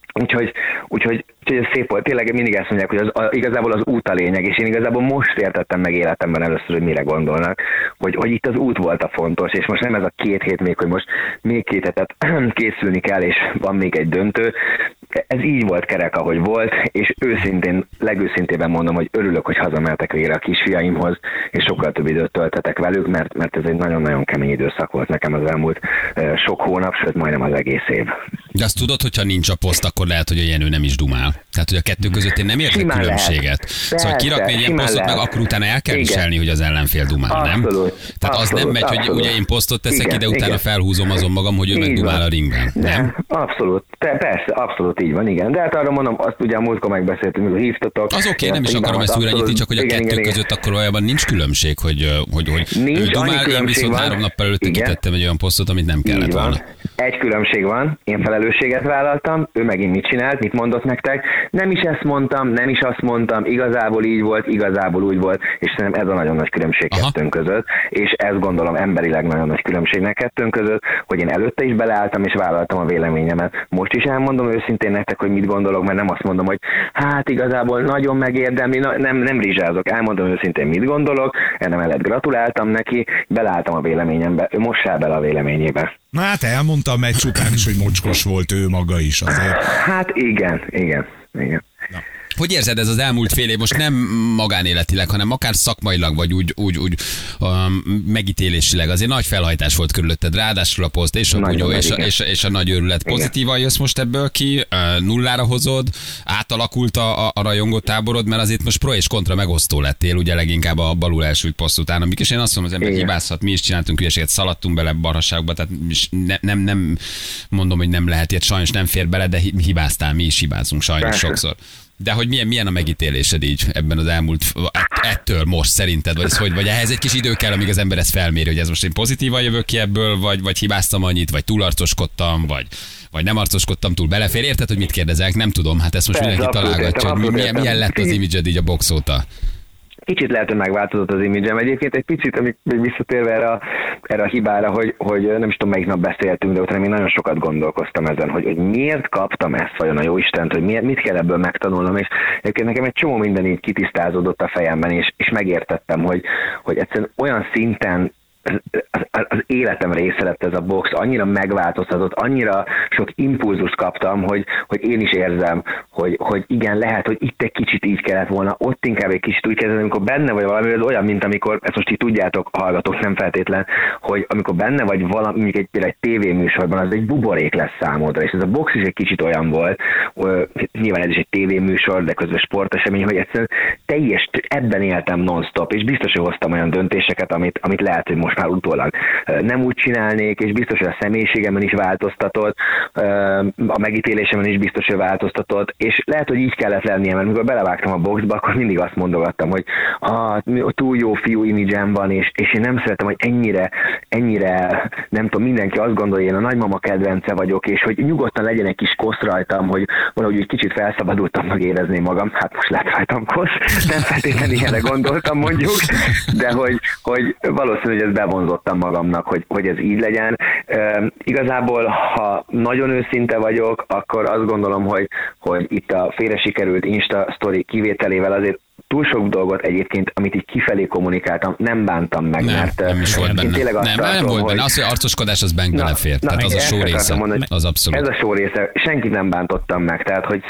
Úgyhogy, úgyhogy, úgyhogy ez szép volt. Tényleg mindig ezt mondják, hogy az, a, igazából az út a lényeg, és én igazából most értettem meg életemben először, hogy mire gondolnak, hogy, hogy itt az út volt a fontos, és most nem ez a két hét még, hogy most még két hetet készülni kell, és van még egy döntő. Ez így volt kerek, ahogy volt, és őszintén, legőszintében mondom, hogy örülök, hogy hazamehetek végre a kisfiaimhoz, és sokkal több időt töltetek velük, mert, mert ez egy nagyon-nagyon kemény időszak volt nekem az elmúlt uh, sok hónap, sőt majdnem az egész év. De azt tudod, hogyha nincs a poszt, akkor lehet, hogy a Jenő nem is dumál. Tehát, hogy a kettő között én nem értek Simán különbséget. lehet. Szóval kirakni egy ilyen simán posztot, meg lehet. akkor utána el kell Igen. viselni, hogy az ellenfél dumál, nem? Abszolút. Tehát az Abszolút, nem megy, hogy abszolút. ugye én posztot teszek Igen, ide, utána igen. felhúzom azon magam, hogy ő meg Így dumál van. a ringben. Nem? Nem, abszolút. Te, persze, abszolút így van, igen. De hát arra mondom, azt ugye a múltkor megbeszéltünk, hogy hívtatok. Az oké, okay, Én nem azt is akarom ezt hibámat újra nyitni, csak hogy a abszolút- kettő igen, igen, között akkor valójában nincs különbség, hogy, hogy, hogy Nincs, ő annyi dumál, én különbség viszont van. három nappal előtte Igen. kitettem egy olyan posztot, amit nem kellett Így van. volna. Egy különbség van, én felelősséget vállaltam, ő megint mit csinált, mit mondott nektek. Nem is ezt mondtam, nem is azt mondtam, igazából így volt, igazából úgy volt, és szerintem ez a nagyon nagy különbség Aha. kettőnk között, és ezt gondolom emberileg nagyon nagy különbségnek kettőnk között, hogy én előtte is beleálltam és vállaltam a véleményemet. Most is elmondom őszintén nektek, hogy mit gondolok, mert nem azt mondom, hogy hát igazából nagyon megérdemli, na, nem, nem rizsázok, elmondom őszintén, mit gondolok, erre mellett gratuláltam neki, beleálltam a véleményembe, ő most áll bele a véleményébe. Na hát elmondta a meccs után is, hogy mocskos volt ő maga is azért. Hát igen, igen, igen. Hogy érzed ez az elmúlt fél év, most nem magánéletileg, hanem akár szakmailag, vagy úgy, úgy, úgy um, megítélésileg? Azért nagy felhajtás volt körülötted, ráadásul a poszt, és a Nagyon bunyó, nagy, és, a- igen. és, a- és a nagy örület. Pozitívan jössz most ebből ki, uh, nullára hozod, átalakult a, a, a rajongó táborod, mert azért most pro és kontra megosztó lettél, ugye leginkább a balul elsült poszt után, amik, és én azt mondom, az ember Igen. hibázhat, mi is csináltunk hülyeséget, szaladtunk bele barhaságba, tehát is ne, nem, nem mondom, hogy nem lehet, ilyet sajnos nem fér bele, de hi- hibáztál, mi is hibázunk sajnos Persze. sokszor. De hogy milyen, milyen a megítélésed így ebben az elmúlt, ett- ettől most szerinted, vagy, ez hogy, vagy ehhez egy kis idő kell, amíg az ember ezt felméri, hogy ez most én pozitívan jövök ki ebből, vagy, vagy hibáztam annyit, vagy túlarcoskodtam, vagy, vagy nem arcoskodtam, túl belefér. Érted, hogy mit kérdezek? Nem tudom, hát ezt most Persze, mindenki abszolút találgatja, értem, hogy abszolút milyen, értem. milyen lett az imidzsed így a box óta. Kicsit lehet, hogy megváltozott az imidzsem. Egyébként egy picit, amíg még visszatérve erre a, erre a hibára, hogy, hogy nem is tudom, melyik nap beszéltünk, de utána még nagyon sokat gondolkoztam ezen, hogy, hogy miért kaptam ezt vajon a jóistent, hogy miért, mit kell ebből megtanulnom, és egyébként nekem egy csomó minden így kitisztázódott a fejemben, és, és megértettem, hogy, hogy egyszerűen olyan szinten az, az, az életem része lett ez a box, annyira megváltoztatott, annyira sok impulzust kaptam, hogy, hogy én is érzem, hogy, hogy igen, lehet, hogy itt egy kicsit így kellett volna, ott inkább egy kicsit úgy kezdeni, amikor benne vagy valami, ez olyan, mint amikor, ezt most így tudjátok, hallgatók, nem feltétlen, hogy amikor benne vagy valami, mondjuk egy, például egy tévéműsorban, az egy buborék lesz számodra, és ez a box is egy kicsit olyan volt, nyilván ez is egy tévéműsor, de közben sportesemény, hogy egyszerűen teljes, ebben éltem non-stop, és biztos, hogy hoztam olyan döntéseket, amit, amit lehet, hogy most már utólag nem úgy csinálnék, és biztos, hogy a személyiségemen is változtatott, a megítélésemen is biztos, hogy változtatott, és lehet, hogy így kellett lennie, mert amikor belevágtam a boxba, akkor mindig azt mondogattam, hogy ah, túl jó fiú imidzsem van, és, és én nem szeretem, hogy ennyire, ennyire, nem tudom, mindenki azt gondolja, én a nagymama kedvence vagyok, és hogy nyugodtan legyen egy kis kosz rajtam, hogy valahogy egy kicsit felszabadultam meg érezni magam, hát most lett rajtam kosz, nem feltétlenül ilyenre gondoltam mondjuk, de hogy, hogy valószínű, hogy ezt bevonzottam magamnak, hogy, hogy ez így legyen. E, igazából, ha nagyon őszinte vagyok, akkor azt gondolom, hogy, hogy itt a félre sikerült Insta sztori kivételével azért túl sok dolgot egyébként, amit így kifelé kommunikáltam, nem bántam meg, Nem, mert nem is volt benne. tényleg azt Nem, tartom, nem volt hogy... benne. Az, hogy arcoskodás, az benne belefér. Tehát az a ezt show akartam része. mondani, hogy Az abszolút. Ez a show része, senkit nem bántottam meg, tehát hogy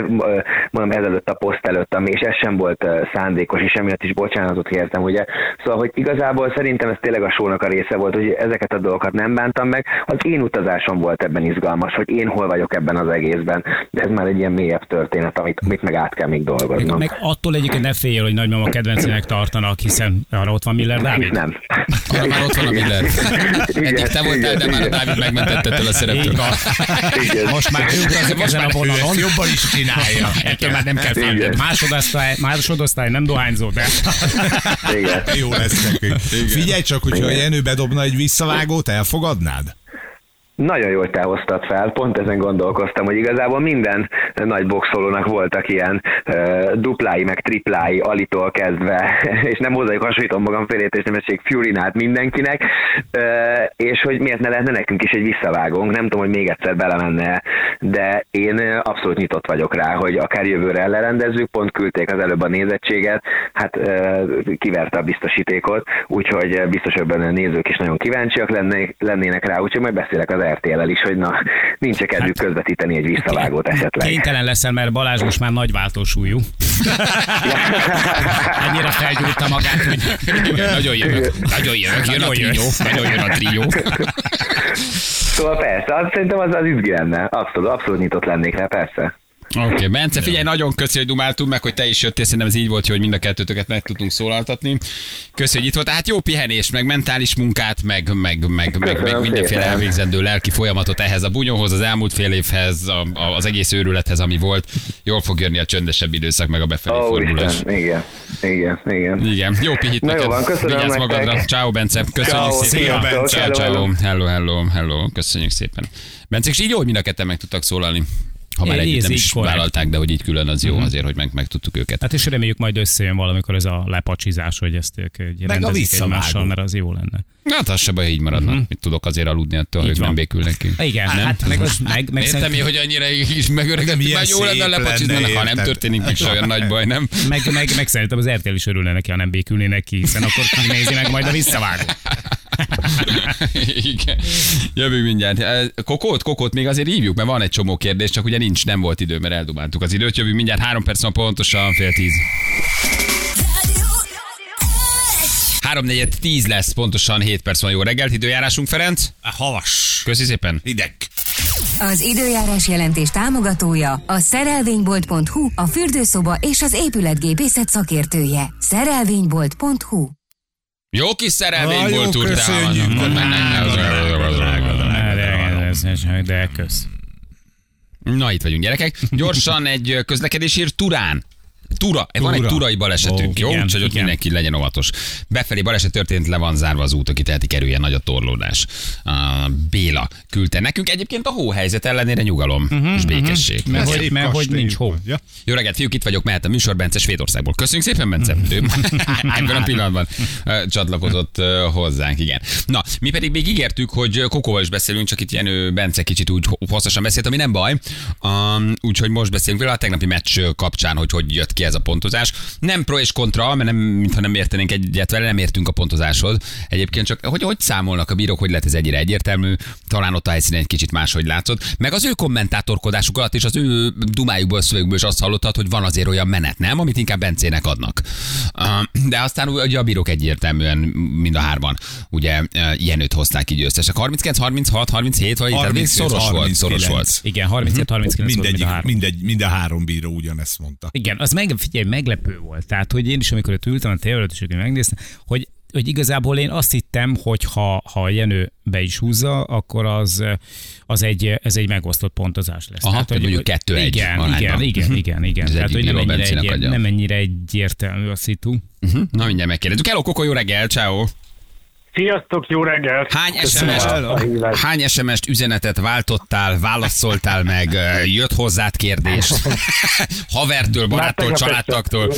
mondom ezelőtt a poszt előtt, ami, és ez sem volt szándékos, és emiatt is bocsánatot kértem, ugye. Szóval, hogy igazából szerintem ez tényleg a shownak a része volt, hogy ezeket a dolgokat nem bántam meg. Az én utazásom volt ebben izgalmas, hogy én hol vagyok ebben az egészben, de ez már egy ilyen mélyebb történet, amit, amit meg át kell még dolgoznom. Meg attól egyébként ne félj, hogy nagymama kedvencének tartanak, hiszen arra ott van Miller Dávid. Nem. Arra már ott van a Miller. Eddig te voltál, de már a Dávid megmentette ettől a szereptől. Igen. Most már ugrazik ezen a vonalon. Jobban is csinálja. Ettől már nem kell Igen. félni. Másodosztály, másodosztály nem dohányzó, de... Igen. Jó lesz nekünk. Figyelj csak, hogyha a Jenő bedobna egy visszavágót, elfogadnád? Nagyon jól te hoztad fel, pont ezen gondolkoztam, hogy igazából minden nagy boxolónak voltak ilyen uh, duplái, meg triplái, Alitól kezdve, és nem hozzájuk hasonlítom magam félét, és nem esik Fury-nát mindenkinek, uh, és hogy miért ne lehetne nekünk is egy visszavágónk, nem tudom, hogy még egyszer belemenne, de én abszolút nyitott vagyok rá, hogy akár jövőre ellerendezzük, pont küldték az előbb a nézettséget, hát uh, kiverte a biztosítékot, úgyhogy biztos, hogy a nézők is nagyon kíváncsiak lennék, lennének rá, úgyhogy majd beszélek az er té el-el is, hogy na, nincs kedvük hát, közvetíteni egy visszavágót esetleg. Kénytelen leszel, mert Balázs most már nagy váltósúlyú. Ennyire felgyúrta magát, hogy nagyon jövök, nagyon jövök, jön a trió, nagyon jön a trió. Szóval persze, azt szerintem az az izgi lenne. Abszolút, abszolút nyitott lennék rá, persze. Oké, okay, Bence, figyelj, nagyon köszi, hogy dumáltunk meg, hogy te is jöttél, szerintem ez így volt, hogy mind a kettőtöket meg tudtunk szólaltatni. Köszi, hogy itt volt. Hát jó pihenés, meg mentális munkát, meg, meg, meg, meg, meg mindenféle elvégzendő lelki folyamatot ehhez a bunyóhoz, az elmúlt fél évhez, a, a, az egész őrülethez, ami volt. Jól fog jönni a csöndesebb időszak, meg a befelé oh, fordulás. Isten, igen, igen, igen. Igen, jó pihit neked. Jó van, köszönöm Vigyázz magadra. Ciao, Bence. Köszönjük Ciao, szépen. Bence. Ciao, ciao. Hello, hello, hello. Köszönjük szépen. Bence, és így jó, hogy mind a ketten meg tudtak szólalni. Ha már együtt nem is korrekt. Vállalták, de hogy így külön az jó, uh-huh. azért, hogy meg, meg tudtuk őket. Hát és reméljük majd összejön valamikor ez a lepacsizás, hogy ezt ők rendezik egymással, mert az jó lenne. Hát az se baj, így maradnak. Uh-huh. Mit tudok azért aludni attól, hogy nem békülnek ki. Igen, nem? Hát meg, meg, meg értem én, hogy annyira is megöregedtünk, már jó lenne lepacsizni, ha nem történik meg se olyan nagy baj, nem? Meg, meg, meg szerintem az er té el is örülne neki, ha nem békülnének ki, hiszen akkor nézi meg majd a visszavágót. Igen. Jövünk mindjárt. Kokót, Kokót még azért hívjuk, mert van egy csomó kérdés, csak ugye nincs, nem volt idő, mert eldumáltuk az időt. Jövünk mindjárt három perc van pontosan, fél tíz. Három negyed tíz lesz, pontosan hét perc van. Jó reggelt, időjárásunk, Ferenc? Havas. Köszi szépen. Hideg. Az időjárás jelentés támogatója a szerelvénybolt pont hu, a fürdőszoba és az épületgépészet szakértője. szerelvénybolt pont hu. Jó kis szerelvény volt, úr. Köszönjük. De kösz. Na, itt vagyunk, gyerekek. Gyorsan egy közlekedés ír Turán. Tura, van egy turai balesetünk, oh, jó? Igen, úgyhogy ott mindenki legyen óvatos. Befelé baleset történt, le van zárva az út, aki teheti, kerüljen, nagy a torlódás. Uh, Béla küldte nekünk. Egyébként a hóhelyzet ellenére nyugalom uh-huh, és békesség. Uh-huh. Mert, hogy, mert hogy nincs hó. Ja. Jó reggelt, fiúk, itt vagyok, mehet a műsor, Bence Svédországból. Köszönjük szépen, Bence. Ő ebben a pillanatban uh, csatlakozott uh, hozzánk, igen. Na, mi pedig még ígértük, hogy Kokóval is beszélünk, csak itt Jenő Bence kicsit úgy hosszasan beszélt, ami nem baj. Um, úgyhogy most beszélünk vele a tegnapi meccs kapcsán, hogy hogy jött ki ez a pontozás. Nem pro és kontra, mert nem, mintha nem értenénk egyet vele, nem értünk a pontozáshoz. Egyébként csak, hogy, hogy számolnak a bírók, hogy lehet ez ennyire egyértelmű, talán ott a helyszínen egy kicsit máshogy látszott. Meg az ő kommentátorkodásuk alatt és az ő dumájukból, szövegükből is azt hallottad, hogy van azért olyan menet, nem, amit inkább Bencének adnak. De aztán ugye a bírók egyértelműen mind a hárman ugye Jenőt hozták ki győztesek. harminckilenc harminchat harminchét vagy harminc, szoros volt, szoros volt. Igen, harmincöt harminckilenc mindegy, volt, mindegy, mind a három bíró ugyanezt mondta. Igen, az meg, figyelj, meglepő volt. Tehát, hogy én is, amikor ott ültem a tévélőt, és megnéztem, hogy, hogy igazából én azt hittem, hogy ha, ha Jenő be is húzza, akkor az, az egy, ez egy megosztott pontozás lesz. Aha, tehát, hogy mondjuk kettő egy. Igen, igen, igen, igen, igen. Tehát, hogy nem ennyire, egy, nem ennyire egyértelmű a szitu. Uh-huh. Na, mindjárt megkérdezzük. Hello, Koko, jó reggel, ciao. Sziasztok, jó reggelt! Hány es em est, hány es em est üzenetet váltottál, válaszoltál meg, jött hozzád kérdés? Havertől, baráttól, családtaktól?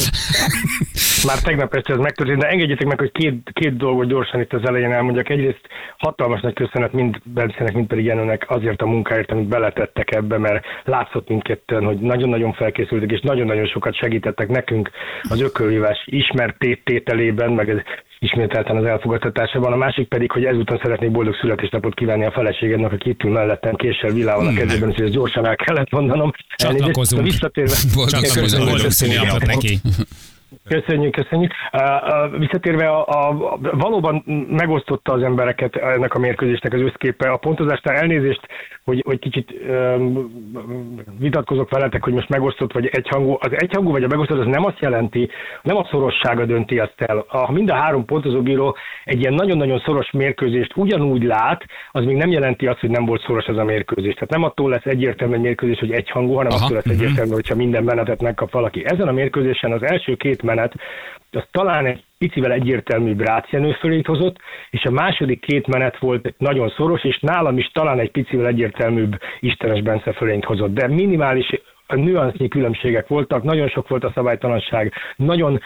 Már tegnap este ez megtörtént, de engedjétek meg, hogy két, két dolgot gyorsan itt az elején elmondjak. Egyrészt hatalmas nagy köszönet mind Bencének, mind pedig Jenőnek azért a munkáért, amit beletettek ebbe, mert látszott mindketten, hogy nagyon-nagyon felkészültek, és nagyon-nagyon sokat segítettek nekünk az ökölvívás ismert tételében, meg ez ismételten az elfogadtatásában. A másik pedig, hogy ezúton szeretnék boldog születésnapot kívánni a feleségednek, aki itt ül mellettem késsel vilával a kezében, úgyhogy ezt gyorsan el kellett mondanom. Csatlakozunk. Visszatérve. Csatlakozunk. Boldog születésnapot neki. Köszönjük, köszönjük. Uh, visszatérve, a, a, valóban megosztotta az embereket ennek a mérkőzésnek az összképe. A pontozásnál elnézést, hogy, hogy kicsit um, vitatkozok veletek, hogy most megosztott vagy egyhangú. Az egyhangú vagy a megosztott az nem azt jelenti, nem a szorossága dönti azt el. Ha mind a három pontozóbíró egy ilyen nagyon-nagyon szoros mérkőzést ugyanúgy lát, az még nem jelenti azt, hogy nem volt szoros ez a mérkőzés. Tehát nem attól lesz egyértelmű egy mérkőzés, hogy egyhangú, hanem Aha. attól lesz egyértelmű, hogyha minden menetet megkap valaki. Ezen a mérkőzésen az első két menet, az talán egy picivel egyértelműbb Rácz-Jenő fölét hozott, és a második két menet volt nagyon szoros, és nálam is talán egy picivel egyértelműbb Istenes Bence fölényt hozott, de minimális nüansznyi különbségek voltak, nagyon sok volt a szabálytalanság, nagyon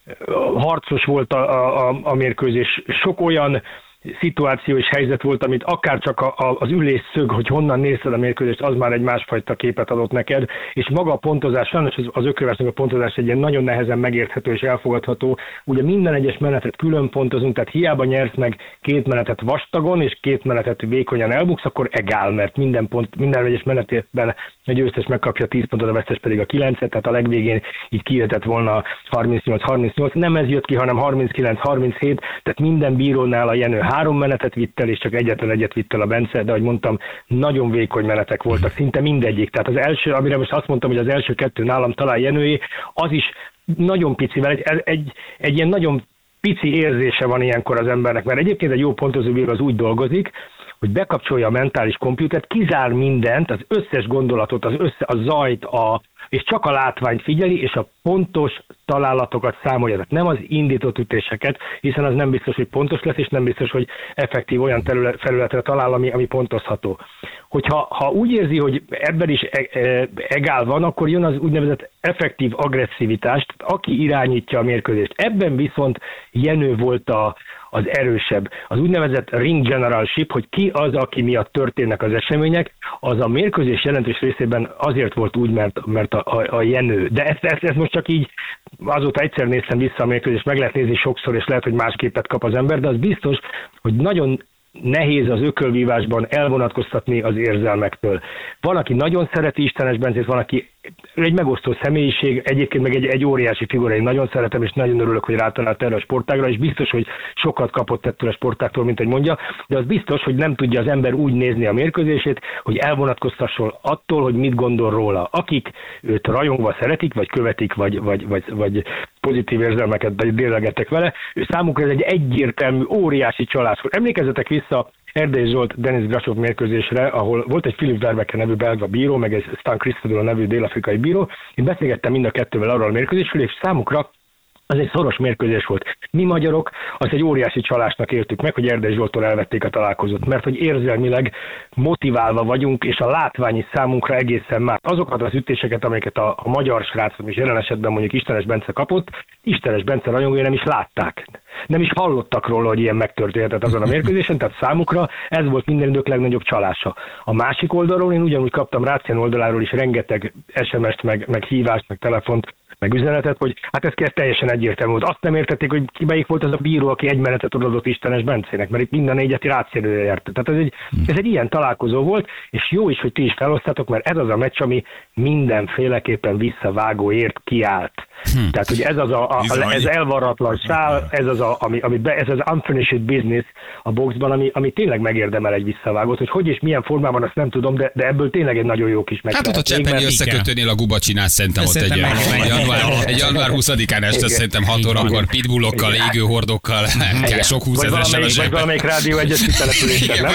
harcos volt a, a, a mérkőzés, sok olyan szituáció és helyzet volt, amit akár csak a, a, az ülésszög, hogy honnan nézted a mérkőzést, az már egy másfajta képet adott neked, és maga a pontozás, sajnos az, az ökörvesnek a pontozás egy ilyen nagyon nehezen megérthető és elfogadható. Ugye minden egyes menetet külön pontozunk, tehát hiába nyersz meg két menetet vastagon, és két menetet vékonyan elbuksz, akkor egál, mert minden pont, minden egyes menetében a győztes megkapja tíz pontot, a vesztes pedig a kilencet, tehát a legvégén így kijöhetett volna harmincnyolc harmincnyolc, nem ez jött ki, hanem harminckilenc harminchét, tehát minden bírónál a Jenő három menetet vitt el, és csak egyetlen egyet vitt el a Bence, de ahogy mondtam, nagyon vékony menetek voltak, szinte mindegyik. Tehát az első, amire most azt mondtam, hogy az első kettő nálam talán Jenőé, az is nagyon picivel, egy, egy, egy ilyen nagyon pici érzése van ilyenkor az embernek, mert egyébként egy jó pontozóbíró az úgy dolgozik, hogy bekapcsolja a mentális kompjútert, kizár mindent, az összes gondolatot, az össze, a zajt, a, és csak a látványt figyeli, és a pontos találatokat számolja. Tehát nem az indított ütéseket, hiszen az nem biztos, hogy pontos lesz, és nem biztos, hogy effektív olyan terület, felületre talál, ami, ami pontozható. Hogyha ha úgy érzi, hogy ebben is e, e, egál van, akkor jön az úgynevezett effektív agresszivitást, aki irányítja a mérkőzést. Ebben viszont Jenő volt a az erősebb. Az úgynevezett ring generalship, hogy ki az, aki miatt történnek az események, az a mérkőzés jelentős részében azért volt úgy, mert, mert a, a, a Jenő. De ezt, ezt, ezt most csak így, azóta egyszer néztem vissza a mérkőzést, meg lehet nézni sokszor, és lehet, hogy más képet kap az ember, de az biztos, hogy nagyon nehéz az ökölvívásban elvonatkoztatni az érzelmektől. Van, aki nagyon szereti Istenes Bencét, van, aki egy megosztó személyiség, egyébként meg egy, egy óriási figura, én nagyon szeretem, és nagyon örülök, hogy rátalált erre a sportágra, és biztos, hogy sokat kapott ettől a sportáktól, mint hogy mondja, de az biztos, hogy nem tudja az ember úgy nézni a mérkőzését, hogy elvonatkoztasson attól, hogy mit gondol róla. Akik őt rajongva szeretik, vagy követik, vagy, vagy, vagy, vagy pozitív érzelmeket délegettek vele, ő számukra ez egy egyértelmű, óriási csalás. Emlékezzetek vissza Erdély Zsolt Denis Grasov mérkőzésre, ahol volt egy Philip Verbeeke nevű belga bíró, meg egy Stan Christodoulou nevű dél-afrikai bíró. Én beszélgettem mind a kettővel arról a mérkőzésről, és számukra az egy szoros mérkőzés volt. Mi magyarok azt egy óriási csalásnak éltük meg, hogy Erdély Zsolttól elvették a találkozót, mert hogy érzelmileg motiválva vagyunk, és a látvány is számunkra egészen más. Azokat az ütéseket, amiket a, a magyar srácok, és jelen esetben mondjuk Istenes Bence kapott, Istenes Bence rajongói nem is látták. Nem is hallottak róla, hogy ilyen megtörténhetett azon a mérkőzésen, tehát számukra ez volt minden idők legnagyobb csalása. A másik oldalról én ugyanúgy kaptam Rácz-Jenő oldaláról is rengeteg es em es-t, meg, meg hívást, meg telefont, meg üzenetet, hogy hát ez, ez teljesen egyértelmű volt. Azt nem értették, hogy ki melyik volt az a bíró, aki egy menetet odaadott Istenes Bencének, mert itt minden négyet Rácz-Jenőre járt. Tehát ez egy, ez egy ilyen találkozó volt, és jó is, hogy ti is felosztatok, mert ez az a meccs, ami mindenféleképpen visszavágóért kiállt. Hm. Tehát, hogy ez az a, a ez elvarratlan sál, ez az a, ami, ami be, ez az unfinished business a boxban, ami, ami tényleg megérdemel egy visszavágót, hogy hogy és milyen formában, azt nem tudom, de, de ebből tényleg egy nagyon jó kis meccs. Hát ott a Csepeli összekötőnél a Guba csinál szerintem ott egy, egy január, egy január huszadikán este szerintem hat órakor pitbullokkal, égőhordokkal, sok húszezres. Vagy valamelyik rádió egyes településen.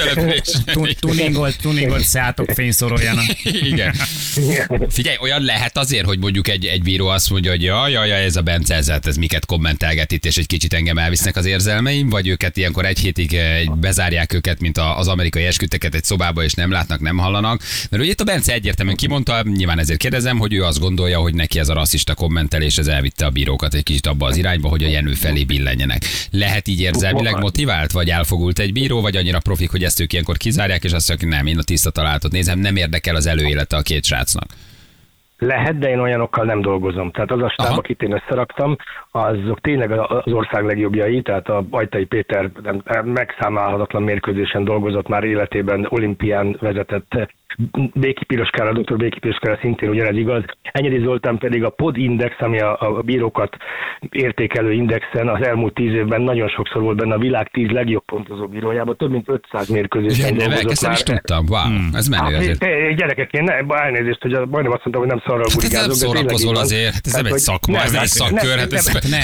Tuningolt, tuningolt szátok fényszoroljanak. Igen. Figyelj, olyan lehet azért, hogy mondjuk egy, egy bíró azt mondja, hogy jaj, jaj, jaj, ez a Bence, ez, ez miket kommentelget itt, és egy kicsit engem elvisznek az érzelmeim, vagy őket ilyenkor egy hétig bezárják őket, mint az amerikai esküteket egy szobába, és nem látnak, nem hallanak. Mert ugye itt a Bence egyértelműen kimondta, nyilván ezért kérdezem, hogy ő azt gondolja, hogy neki ez a rasszista kommentelés, ez elvitte a bírókat egy kicsit abba az irányba, hogy a Jenő felé billenjenek. Lehet így érzelmileg motivált, vagy elfogult egy bíró, vagy annyira profik, hogy ezt ők ilyenkor kizárják, és azt mondják, nem, én a tiszta találatot nézem, nem érdekel az előélete a két srácnak. Lehet, de én olyanokkal nem dolgozom. Tehát az a stáb, akit én összeraktam, azok tényleg az ország legjobbjai, tehát a Ajtai Péter megszámálhatatlan mérkőzésen dolgozott már életében, olimpián vezetett, Béki Piroskára, doktor Béki Piroskára szintén ugyanez igaz. Enyedi Zoltán pedig a Pod Index, ami a, a bírókat értékelő indexen az elmúlt tíz évben nagyon sokszor volt benne a világ tíz legjobb pontozó bírójában, több mint ötszáz mérkőzésen dolgozott már. Is tudtam, wow, hmm. ez menő azért. Hát, gyerekek, én ne, elnézést, hogy majdnem azt mondtam, hogy nem szarral burigázok. Hát ez nem szórakozol azért, hát ez nem egy szakma, ez egy szakkör, hát ez nem.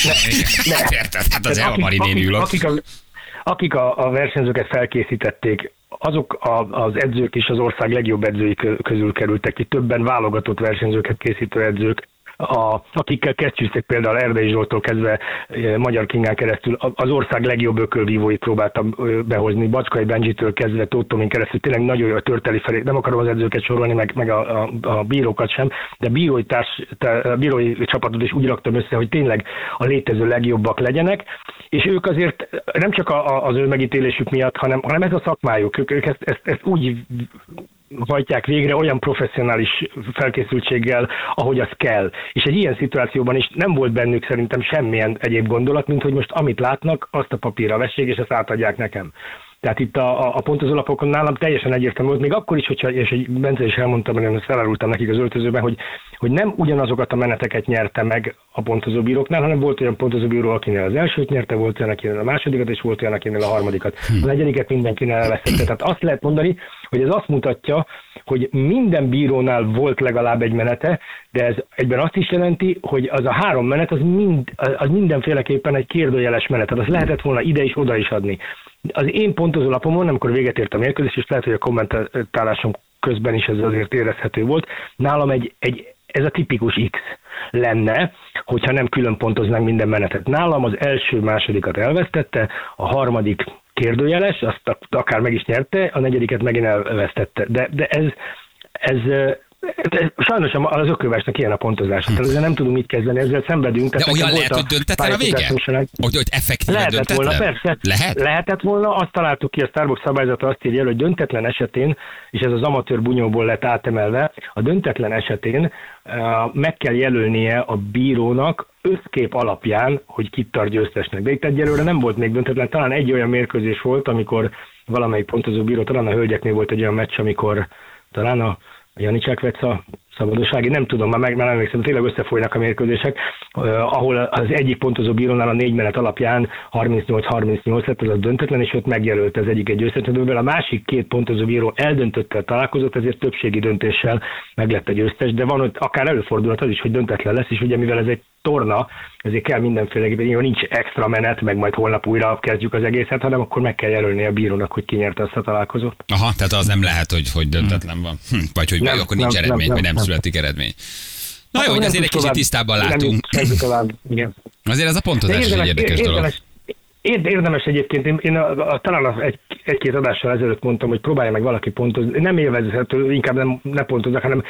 Hát az Elmari néni ül ott. Akik a, a versenyzőket felkészítették, azok a, az edzők is az ország legjobb edzői közül kerültek ki, többen válogatott versenyzőket készítő edzők, a, akikkel kesztyűztek például Erdei Zsolttól kezdve Magyar Kingán keresztül az ország legjobb ökölvívóit próbáltam behozni, Bacskai Benjitől kezdve Tóttomén keresztül, tényleg nagyon jó a Törteli felé, nem akarom az edzőket sorolni, meg, meg a, a, a bírókat sem, de bírói, társ, tá, bírói csapatot is úgy raktam össze, hogy tényleg a létező legjobbak legyenek, és ők azért nem csak a, a, az ő megítélésük miatt, hanem, hanem ez a szakmájuk, ők, ők ezt, ezt, ezt úgy hajtják végre olyan professzionális felkészültséggel, ahogy az kell. És egy ilyen szituációban is nem volt bennük szerintem semmilyen egyéb gondolat, mint hogy most amit látnak, azt a papírra vessék, és ezt átadják nekem. Tehát itt a, a, a pontozólapokon nálam teljesen egyértelmű volt, még akkor is, hogyha, és egy Bence is elmondta, mert én felárultam nekik az öltözőben, hogy, hogy nem ugyanazokat a meneteket nyerte meg a pontozóbíróknál, hanem volt olyan pontozóbíró, akinél az elsőt nyerte, volt olyan, akinél a másodikat, és volt olyan, akinél a harmadikat. A negyediket mindenkinél elvesztette. Tehát azt lehet mondani, hogy ez azt mutatja, hogy minden bírónál volt legalább egy menete, de ez egyben azt is jelenti, hogy az a három menet, az, mind, az mindenféleképpen egy kérdőjeles menet. Tehát azt lehetett volna ide is, oda is adni. Az én pontozólapomon, amikor véget ért a mérkőzés, és lehet, hogy a kommentálásom közben is ez azért érezhető volt, nálam egy, egy, ez a tipikus X lenne, hogyha nem külön pontoznánk minden menetet. Nálam az első másodikat elvesztette, a harmadik kérdőjeles, azt akár meg is nyerte, a negyediket megint elvesztette. De, de ez, ez sajnos az ökölvásnak ilyen a pontozás. Tehát ezzel nem tudunk mit kezdeni, ezzel szenvedünk. De olyan lehet, hogy döntetlen a vége? Hogy, hogy effektíve lehetett döntetlen? Volna, persze. Lehet? Lehetett volna, azt találtuk ki, a Starbucks szabályzata azt írja, hogy döntetlen esetén, és ez az amatőr bunyóból lett átemelve, a döntetlen esetén uh, meg kell jelölnie a bírónak összkép alapján, hogy kit tart győztesnek. De itt egyelőre nem volt még döntetlen, talán egy olyan mérkőzés volt, amikor valamelyik pontozó bíró, talán a hölgyeknél volt egy olyan meccs, amikor talán a Janicek Veca Szabadossági, nem tudom, már meg már nem emlékszem, tényleg összefolynak a mérkőzések, uh, ahol az egyik pontozó bírónál a négy menet alapján harmincnyolc harmincnyolc lett, az a döntetlen, és ott megjelölte az egyik egy győztesnővel. A másik két pontozó bíró eldöntöttel találkozott, ezért többségi döntéssel meglett a győztes, de van, hogy akár előfordulhat az is, hogy döntetlen lesz, és ugye mivel ez egy torna, ezért kell mindenféleképpen, nincs extra menet, meg majd holnap újra kezdjük az egészet, hanem akkor meg kell jelölni a bírónak, hogy ki nyerte azt a találkozót. Aha, tehát az nem lehet, hogy, hogy döntetlen van. Hm. Vagy hogy nem, vagy akkor nincs nem, eredmény, nem, vagy nem, nem születik eredmény. Na jó, hogy azért egy kicsit tisztában látunk. Igen. Azért ez a pontozás is egy érdekes dolog. Érdemes egyébként, én, én a, a, talán egy, egy-két adással ezelőtt mondtam, hogy próbálja meg valaki pontozni, nem élvezhető, inkább nem, ne pontoznak, hanem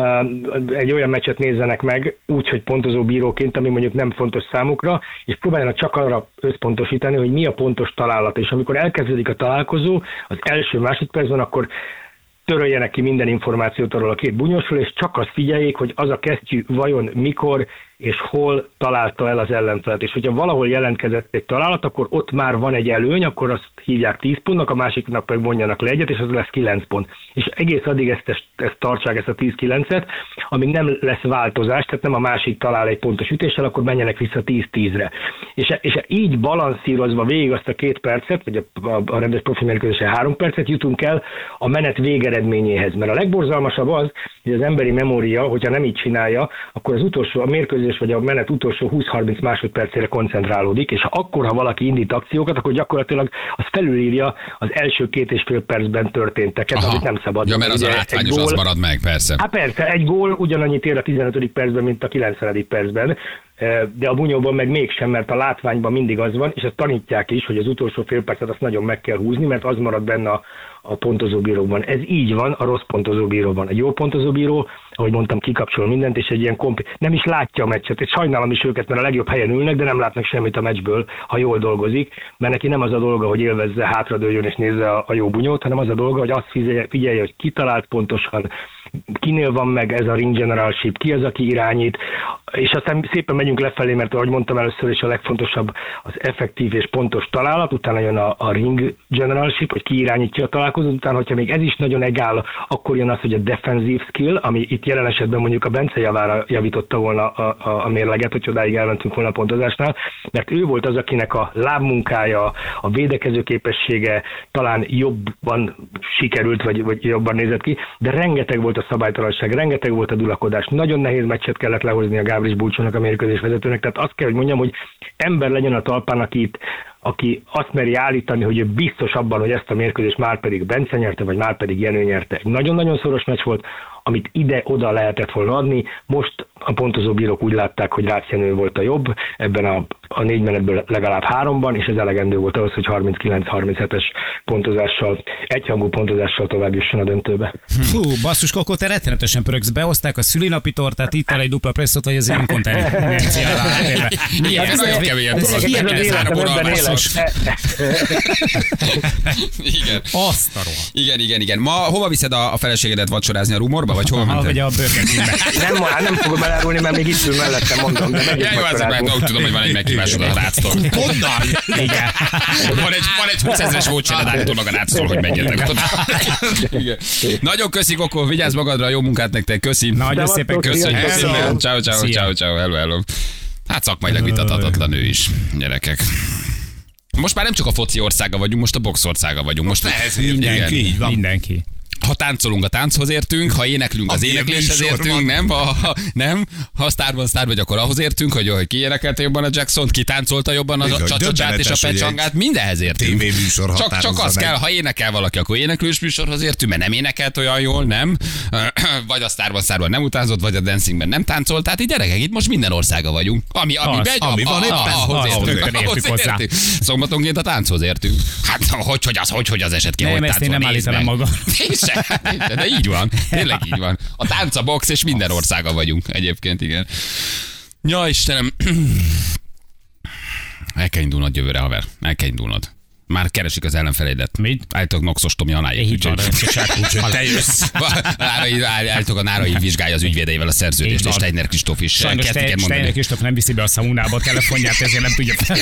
uh, egy olyan meccset nézzenek meg, úgy, hogy pontozó bíróként, ami mondjuk nem fontos számukra, és próbáljanak csak arra összpontosítani, hogy mi a pontos találat, és amikor elkezdődik a találkozó, az első másodpercben, akkor töröljenek ki minden információt arról a két bunyósról, és csak azt figyeljék, hogy az a kesztyű vajon mikor és hol találta el az ellenfelet. És hogyha valahol jelentkezett egy találat, akkor ott már van egy előny, akkor azt hívják tíz pontnak, a másiknak pedig vonjanak le egyet, és az lesz kilenc pont. És egész addig ezt, ezt, ezt tartsák, ezt a tíz-kilencet, amíg nem lesz változás, tehát nem a másik talál egy pontos ütéssel, akkor menjenek vissza tíz-tízre. És, és így balanszírozva végig azt a két percet, vagy a, a, a rendes profi mérkőzésen három percet jutunk el a menet végeredményéhez. Mert a legborzalmasabb az, hogy az emberi memória, hogyha nem így csinálja, akkor az utolsó, a mérkőzés vagy a menet utolsó húsz-harminc másodpercére koncentrálódik, és akkor, ha valaki indít akciókat, akkor gyakorlatilag az felülírja az első két és fél percben történteket, amit nem szabad. Ja, mert az ugye a látványos gól, az marad meg, persze. Hát persze, egy gól ugyanannyit ér a tizenötödik percben, mint a kilencvenedik percben, de a bunyóban meg mégsem, mert a látványban mindig az van, és ezt tanítják is, hogy az utolsó fél percet azt nagyon meg kell húzni, mert az marad benne a, a pontozóbíróban. Ez így van a rossz pontozóbíróban. A jó pontozóbíró, ahogy mondtam, kikapcsol mindent, és egy ilyen kompi... nem is látja a meccset, és sajnálom is őket, mert a legjobb helyen ülnek, de nem látnak semmit a meccsből, ha jól dolgozik, mert neki nem az a dolga, hogy élvezze, hátradőljön és nézze a, a jó bunyót, hanem az a dolga, hogy azt figyelje, figyelje hogy ki talált pontosan, kinél van meg ez a ring generalship, ki az, aki irányít, és aztán szépen megyünk lefelé, mert ahogy mondtam először is, a legfontosabb az effektív és pontos találat, utána jön a, a ring generalship, hogy ki irányítja a találkozót, utána, hogyha még ez is nagyon egál, akkor jön az, hogy a defensive skill, ami itt jelen esetben mondjuk a Bence javára javította volna a, a, a mérleget, hogy odáig elmentünk volna a pontozásnál, mert ő volt az, akinek a lábmunkája, a védekező képessége talán jobban sikerült, vagy, vagy jobban nézett ki, de rengeteg volt a szabálytalanság, rengeteg volt a dulakodás, nagyon nehéz meccset kellett lehozni a Gábris Bulcsónak, a mérkőzés vezetőnek, tehát azt kell, hogy mondjam, hogy ember legyen a talpán, aki itt, aki azt meri állítani, hogy ő biztos abban, hogy ezt a mérkőzést már pedig Bence nyerte, vagy már pedig Jenő nyerte. Egy nagyon-nagyon szoros meccs volt, amit ide-oda lehetett volna adni. Most a pontozó bírók úgy látták, hogy Rácz Jenő volt a jobb, ebben a, a négy menetből legalább háromban, és ez elegendő volt ahhoz, hogy harminckilenc harminchetes pontozással, egyhangú pontozással tovább jusson a döntőbe. Fú, basszus, Kokó, te rettenetesen pöröksz. Behozták a szülinapi tortát, itt el egy dupla presszót, vagy az inkontinenciára. Milyen nagyon keményen tudod, meg kell zárni basszus. Igen. Azt a rohadt. Igen, igen, igen. Ma hova viszed a, a feleségedet vacsorázni, a rumorba, vagy hol mented? Vagy a Burger Kingbe. Nem, hát nem fogom elárulni, mert még itt ül mellettem, mondom. De ja, jó, azért, mert úgy tudom, hogy van egy megkívásod a Ráctól. Honnan? Igen. Van egy, van egy húszezres vouchered állítólag a Ráctól, hogy menjetek oda. Nagyon köszi, Kokó, vigyázz magadra, jó munkát nektek, köszi. Nagyon szépen köszönjük. köszönjük. Ciao, ciao, ciao, ciao, hello, hello. Hát szakmailag vitathatatlan ő is, gyerekek. Most már nem csak a foci országa vagyunk, most a box országa vagyunk. Most ez mindenki, így van. Mindenki. Ha táncolunk, a tánchoz értünk, ha éneklünk, az énekléshez értünk, nem? Ha, ha, nem? Ha sztárban sztár vagy, akkor ahhoz értünk, hogy, hogy ki énekelte jobban a Jackson-t, ki táncolta jobban a csacsát és a pecsangát, mindenhez értünk. Tévéműsor csak, csak az kell, ha énekel valaki, akkor éneklős műsorhoz értünk, mert nem énekelt olyan jól, nem? Vagy a sztárban szárban nem utánzott, vagy a dancingben nem táncolt. Tehát így gyerekek, itt most minden országa vagyunk. Ami, ami, az, begy, ami van éppen, ahhoz értünk. Ahhoz értünk. Szombatonként a tánchoz értünk. Hát hogy, hogy az, hogy, hogy az eset ki, nem, hogy ezt én nem állítanám magam. De így van, tényleg így van. A tánc, a box, és minden országa vagyunk egyébként, igen. Ja, Istenem. El kell indulnod jövőre, haver. El kell indulnod. Már keresik az ellenfeleidet. Mit? Állítok Noxos Tomi aláírt. Így van, úgyhogy te jössz. Állítok a Nárai vizsgálja az ügyvédeivel a szerződést, és Steiner Kristóf is. Sajnos Steiner Kristóf nem viszi be a szaunába a telefonját, ezért nem tudja fel.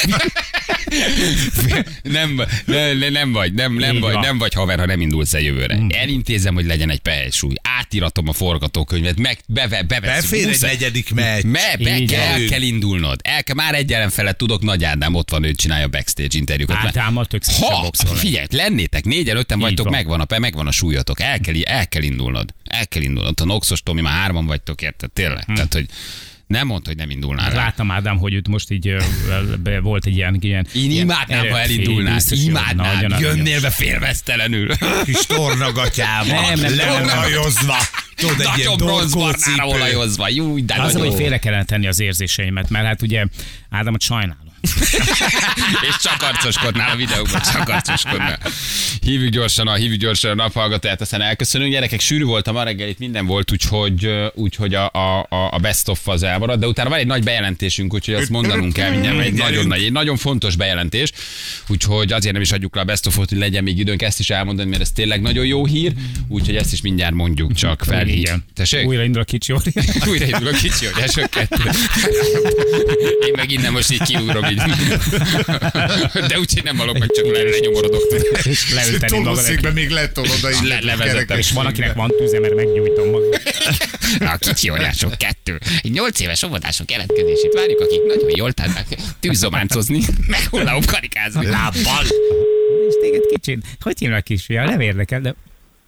nem, nem, nem vagy, nem, nem vagy, nem vagy haver, ha nem indulsz el jövőre. Elintézem, hogy legyen egy pehely-súly. Átiratom a forgatókönyvet, meg beve, beveszünk. Befér egy negyedik meccs. Me, be kell, el kell indulnod. El kell, már egy ellenfelet tudok, Nagy Ádám ott van, ő csinálja backstage interjúkat. Ádámmal tök szépen ha, boxolni. figyelj, lennétek, négyen, öten vagytok, megvan a, megvan a súlyotok. El kell, el kell indulnod. El kell indulnod. A Noxos Tomi, már hárman vagytok, érted? Tényleg. Hm. Tehát, hogy nem mondd, hogy nem indulnál. Láttam, Ádám, hogy itt most így be, volt egy ilyen... ilyen Én imádnám, ha elindulnál. Imádnám. Jönnél be félvesztelenül. Kis tornagatyával. Leolajozva. Tudod, egy ilyen bronzbarnára olajozva. Jú, de az, hogy félre kellene tenni az érzéseimet, mert hát ugye Ádámot sajnálom. És csak arcoskodnál a videóban, csak arcoskodnál. Hívjuk gyorsan a, hívjuk gyorsan a naphallgatóját, aztán elköszönünk. Gyerekek, sűrű volt a ma reggel, itt minden volt, úgyhogy, úgyhogy a, a, a best of az elmarad, de utána van egy nagy bejelentésünk, úgyhogy azt mondanunk kell mindjárt, egy nagyon nagy, egy nagyon fontos bejelentés, úgyhogy azért nem is adjuk le a best of-ot, hogy legyen még időnk ezt is elmondani, mert ez tényleg nagyon jó hír, úgyhogy ezt is mindjárt mondjuk, csak felhív. Tessék? Újra indul a kicsi óri. Újra indul a kicsi óri, első kettő. Én meg innen most így kiugrom így. De úgyhogy nem valók, meg csak lenyomorodok. És leülteni magad. Tolószékben még letolod a Le, levezettem. És van, akinek van tűze, mert meggyújtom magam. A kicsi óriások kettő. Egy nyolc éves óvodások jelentkezését várjuk, akik nagyon jól tudnak tűzzománcozni, meg hullahop karikázni. Lábbal. És téged kicsit, hogy hívnak kisfiam? Nem érdekel, de...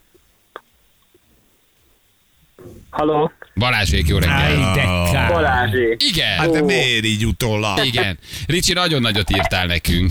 Halló? Balázsék, jó reggel. Balázsék. Igen. Hát de miért így utólag? Igen. Ricsi, nagyon nagyot írtál nekünk.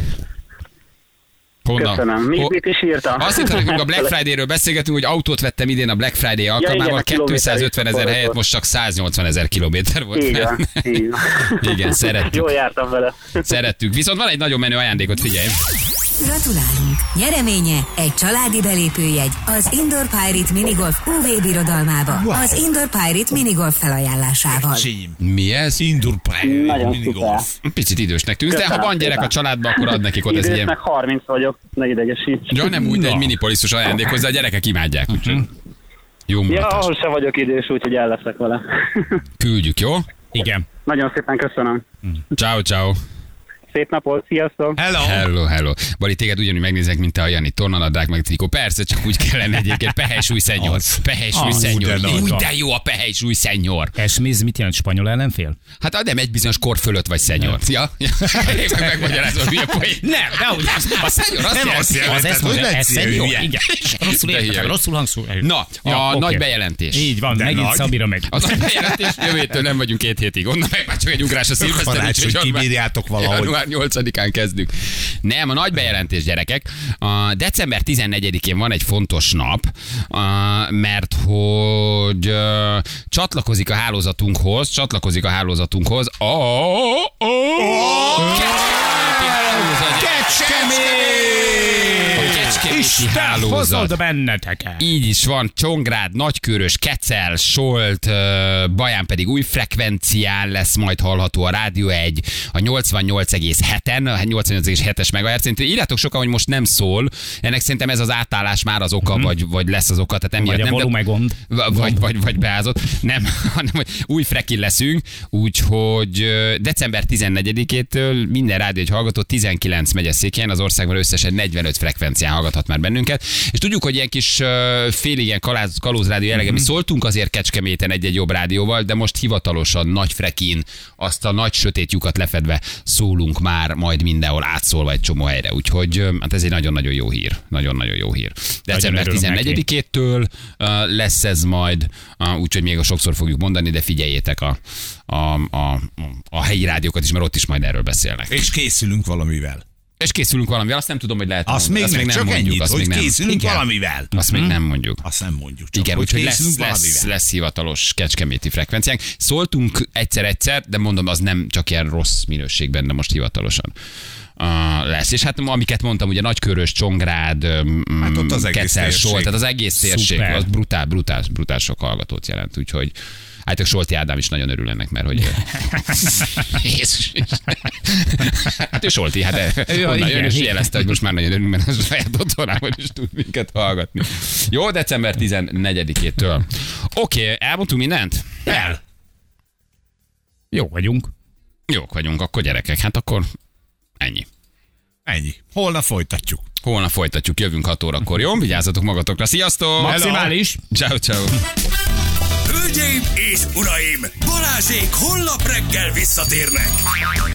Honnan? Köszönöm. Mi, mit is írtam? Azt hittem, nekünk a Black Friday-ről beszélgetünk, hogy autót vettem idén a Black Friday alkalmával, ja, kétszázötven ezer helyett most csak száznyolcvan ezer kilométer volt. Így van, így van. Igen, szerettük. Jól jártam vele. Szerettük. Viszont van egy nagyon menő ajándékot, figyelj. Gratulálunk! Nyereménye egy családi belépőjegy az Indoor Pirate Minigolf ú vé birodalmába wow. az Indoor Pirate Minigolf felajánlásával. Mi ez? Indoor Pirate Minigolf. Picit idősnek tűnsz, de ha van gyerek a családban, akkor ad nekik oda ez ilyen. Meg harminc vagyok, ne idegesíts. Ja, nem úgy, de egy minipolisztus ajándékhoz, de a gyerekek imádják. Uh-huh. Jó mulatás. Ja, ahol se vagyok idős, úgyhogy el leszek vele. Küldjük, jó? Igen. Nagyon szépen köszönöm. Ciao, ciao. Szép napot, sziasztok! Hello! Hello, hello. Bali, téged ugyanúgy megnézek, mint te a Jani, tornanadrág meg trikó. Persze, csak úgy kellene egyébként. Pehely-súly szenyor. Pehely-súly szenyor. Úgy de jó a pehely-súly szenyor. Esmiz mit jelent, spanyol ellenfél? Hát nem egy bizonyos kor fölött vagy szenyor. Ja? Én meg megmagyarázom, hogy a poén. Nem, nem, a szenyor azt jelenti. Az ezt mondja, ez szenyor. Igen. Rosszul értek, rosszul hangszó. Na, a nagy bejelentés. Így van, megint Szabira megy. A nagy bejelentés, jövőtől nem vagyunk két hétig. Onnan meg már csak egy ugrás a szilveszter. Karácsony kibírjátok valahogy. január nyolcadikán kezdünk. Nem, a nagy bejelentés, gyerekek. A december tizennegyedikén van egy fontos nap, mert hogy csatlakozik a hálózatunkhoz, csatlakozik a hálózatunkhoz a Kecskeméti hálózat. Benneteket. Így is van, Csongrád, Nagykőrös, Kecel, Solt, Baján pedig új frekvencián lesz majd hallható a Rádió egy, a nyolcvannyolc egész heten, a nyolcvannyolc egész hetes megahertz. Írjátok sokan, hogy most nem szól, ennek szerintem ez az átállás már az oka, mm-hmm. vagy, vagy lesz az oka. Tehát vagy a nem, volume gond. Vagy, vagy, vagy beázott. Nem, hanem hogy új frekin leszünk, úgyhogy december tizennegyedikétől minden Rádió egy hallgató tizenkilenc megyeszéken az országban összesen negyvenöt frekvencián hallgathat már bennünket. És tudjuk, hogy ilyen kis félig ilyen kaláz, kalózrádió jellegem, mi szóltunk azért Kecskeméten egy-egy jobb rádióval, de most hivatalosan nagy frekin, azt a nagy sötét lyukat lefedve szólunk már majd mindenhol átszólva egy csomó helyre. Úgyhogy hát ez egy nagyon-nagyon jó hír. Nagyon-nagyon jó hír. december tizennegyedikétől lesz ez majd, úgyhogy még a sokszor fogjuk mondani, de figyeljétek a, a, a, a helyi rádiókat is, mert ott is majd erről beszélnek. És készülünk valamivel. És készülünk valamivel, azt nem tudom, hogy lehet azt még, azt még nem csak mondjuk, ennyit, azt hogy még nem. Készülünk igen. valamivel. Azt még nem mondjuk. Azt nem mondjuk. Csak igen, úgyhogy lesz, lesz, lesz hivatalos kecskeméti frekvenciánk. Szóltunk egyszer-egyszer, de mondom, az nem csak ilyen rossz minőségben, de most hivatalosan uh, lesz. És hát amiket mondtam, ugye Nagykörös, Csongrád, hát ott az Kecel, Solt, tehát az egész térség, szuper. Az brutál, brutál, brutál sok hallgatót jelent, úgyhogy hát Solti Ádám is nagyon örül ennek, mert hogy... Jézus hát ő Solti, hát ő onnan jön és jelezte, hogy most már nagyon örül, mert a saját otthonában is tud minket hallgatni. Jó, december tizennegyedikétől. Oké, okay, elmondtunk mindent? El. Jók vagyunk. Jók vagyunk, akkor gyerekek, hát akkor ennyi. Ennyi. Holnap folytatjuk. Holnap folytatjuk, jövünk hat órakor, jó? Vigyázzatok magatokra, sziasztok! Maximális! Ciao, ciao! Hölgyeim és uraim, Balázsék holnap reggel visszatérnek.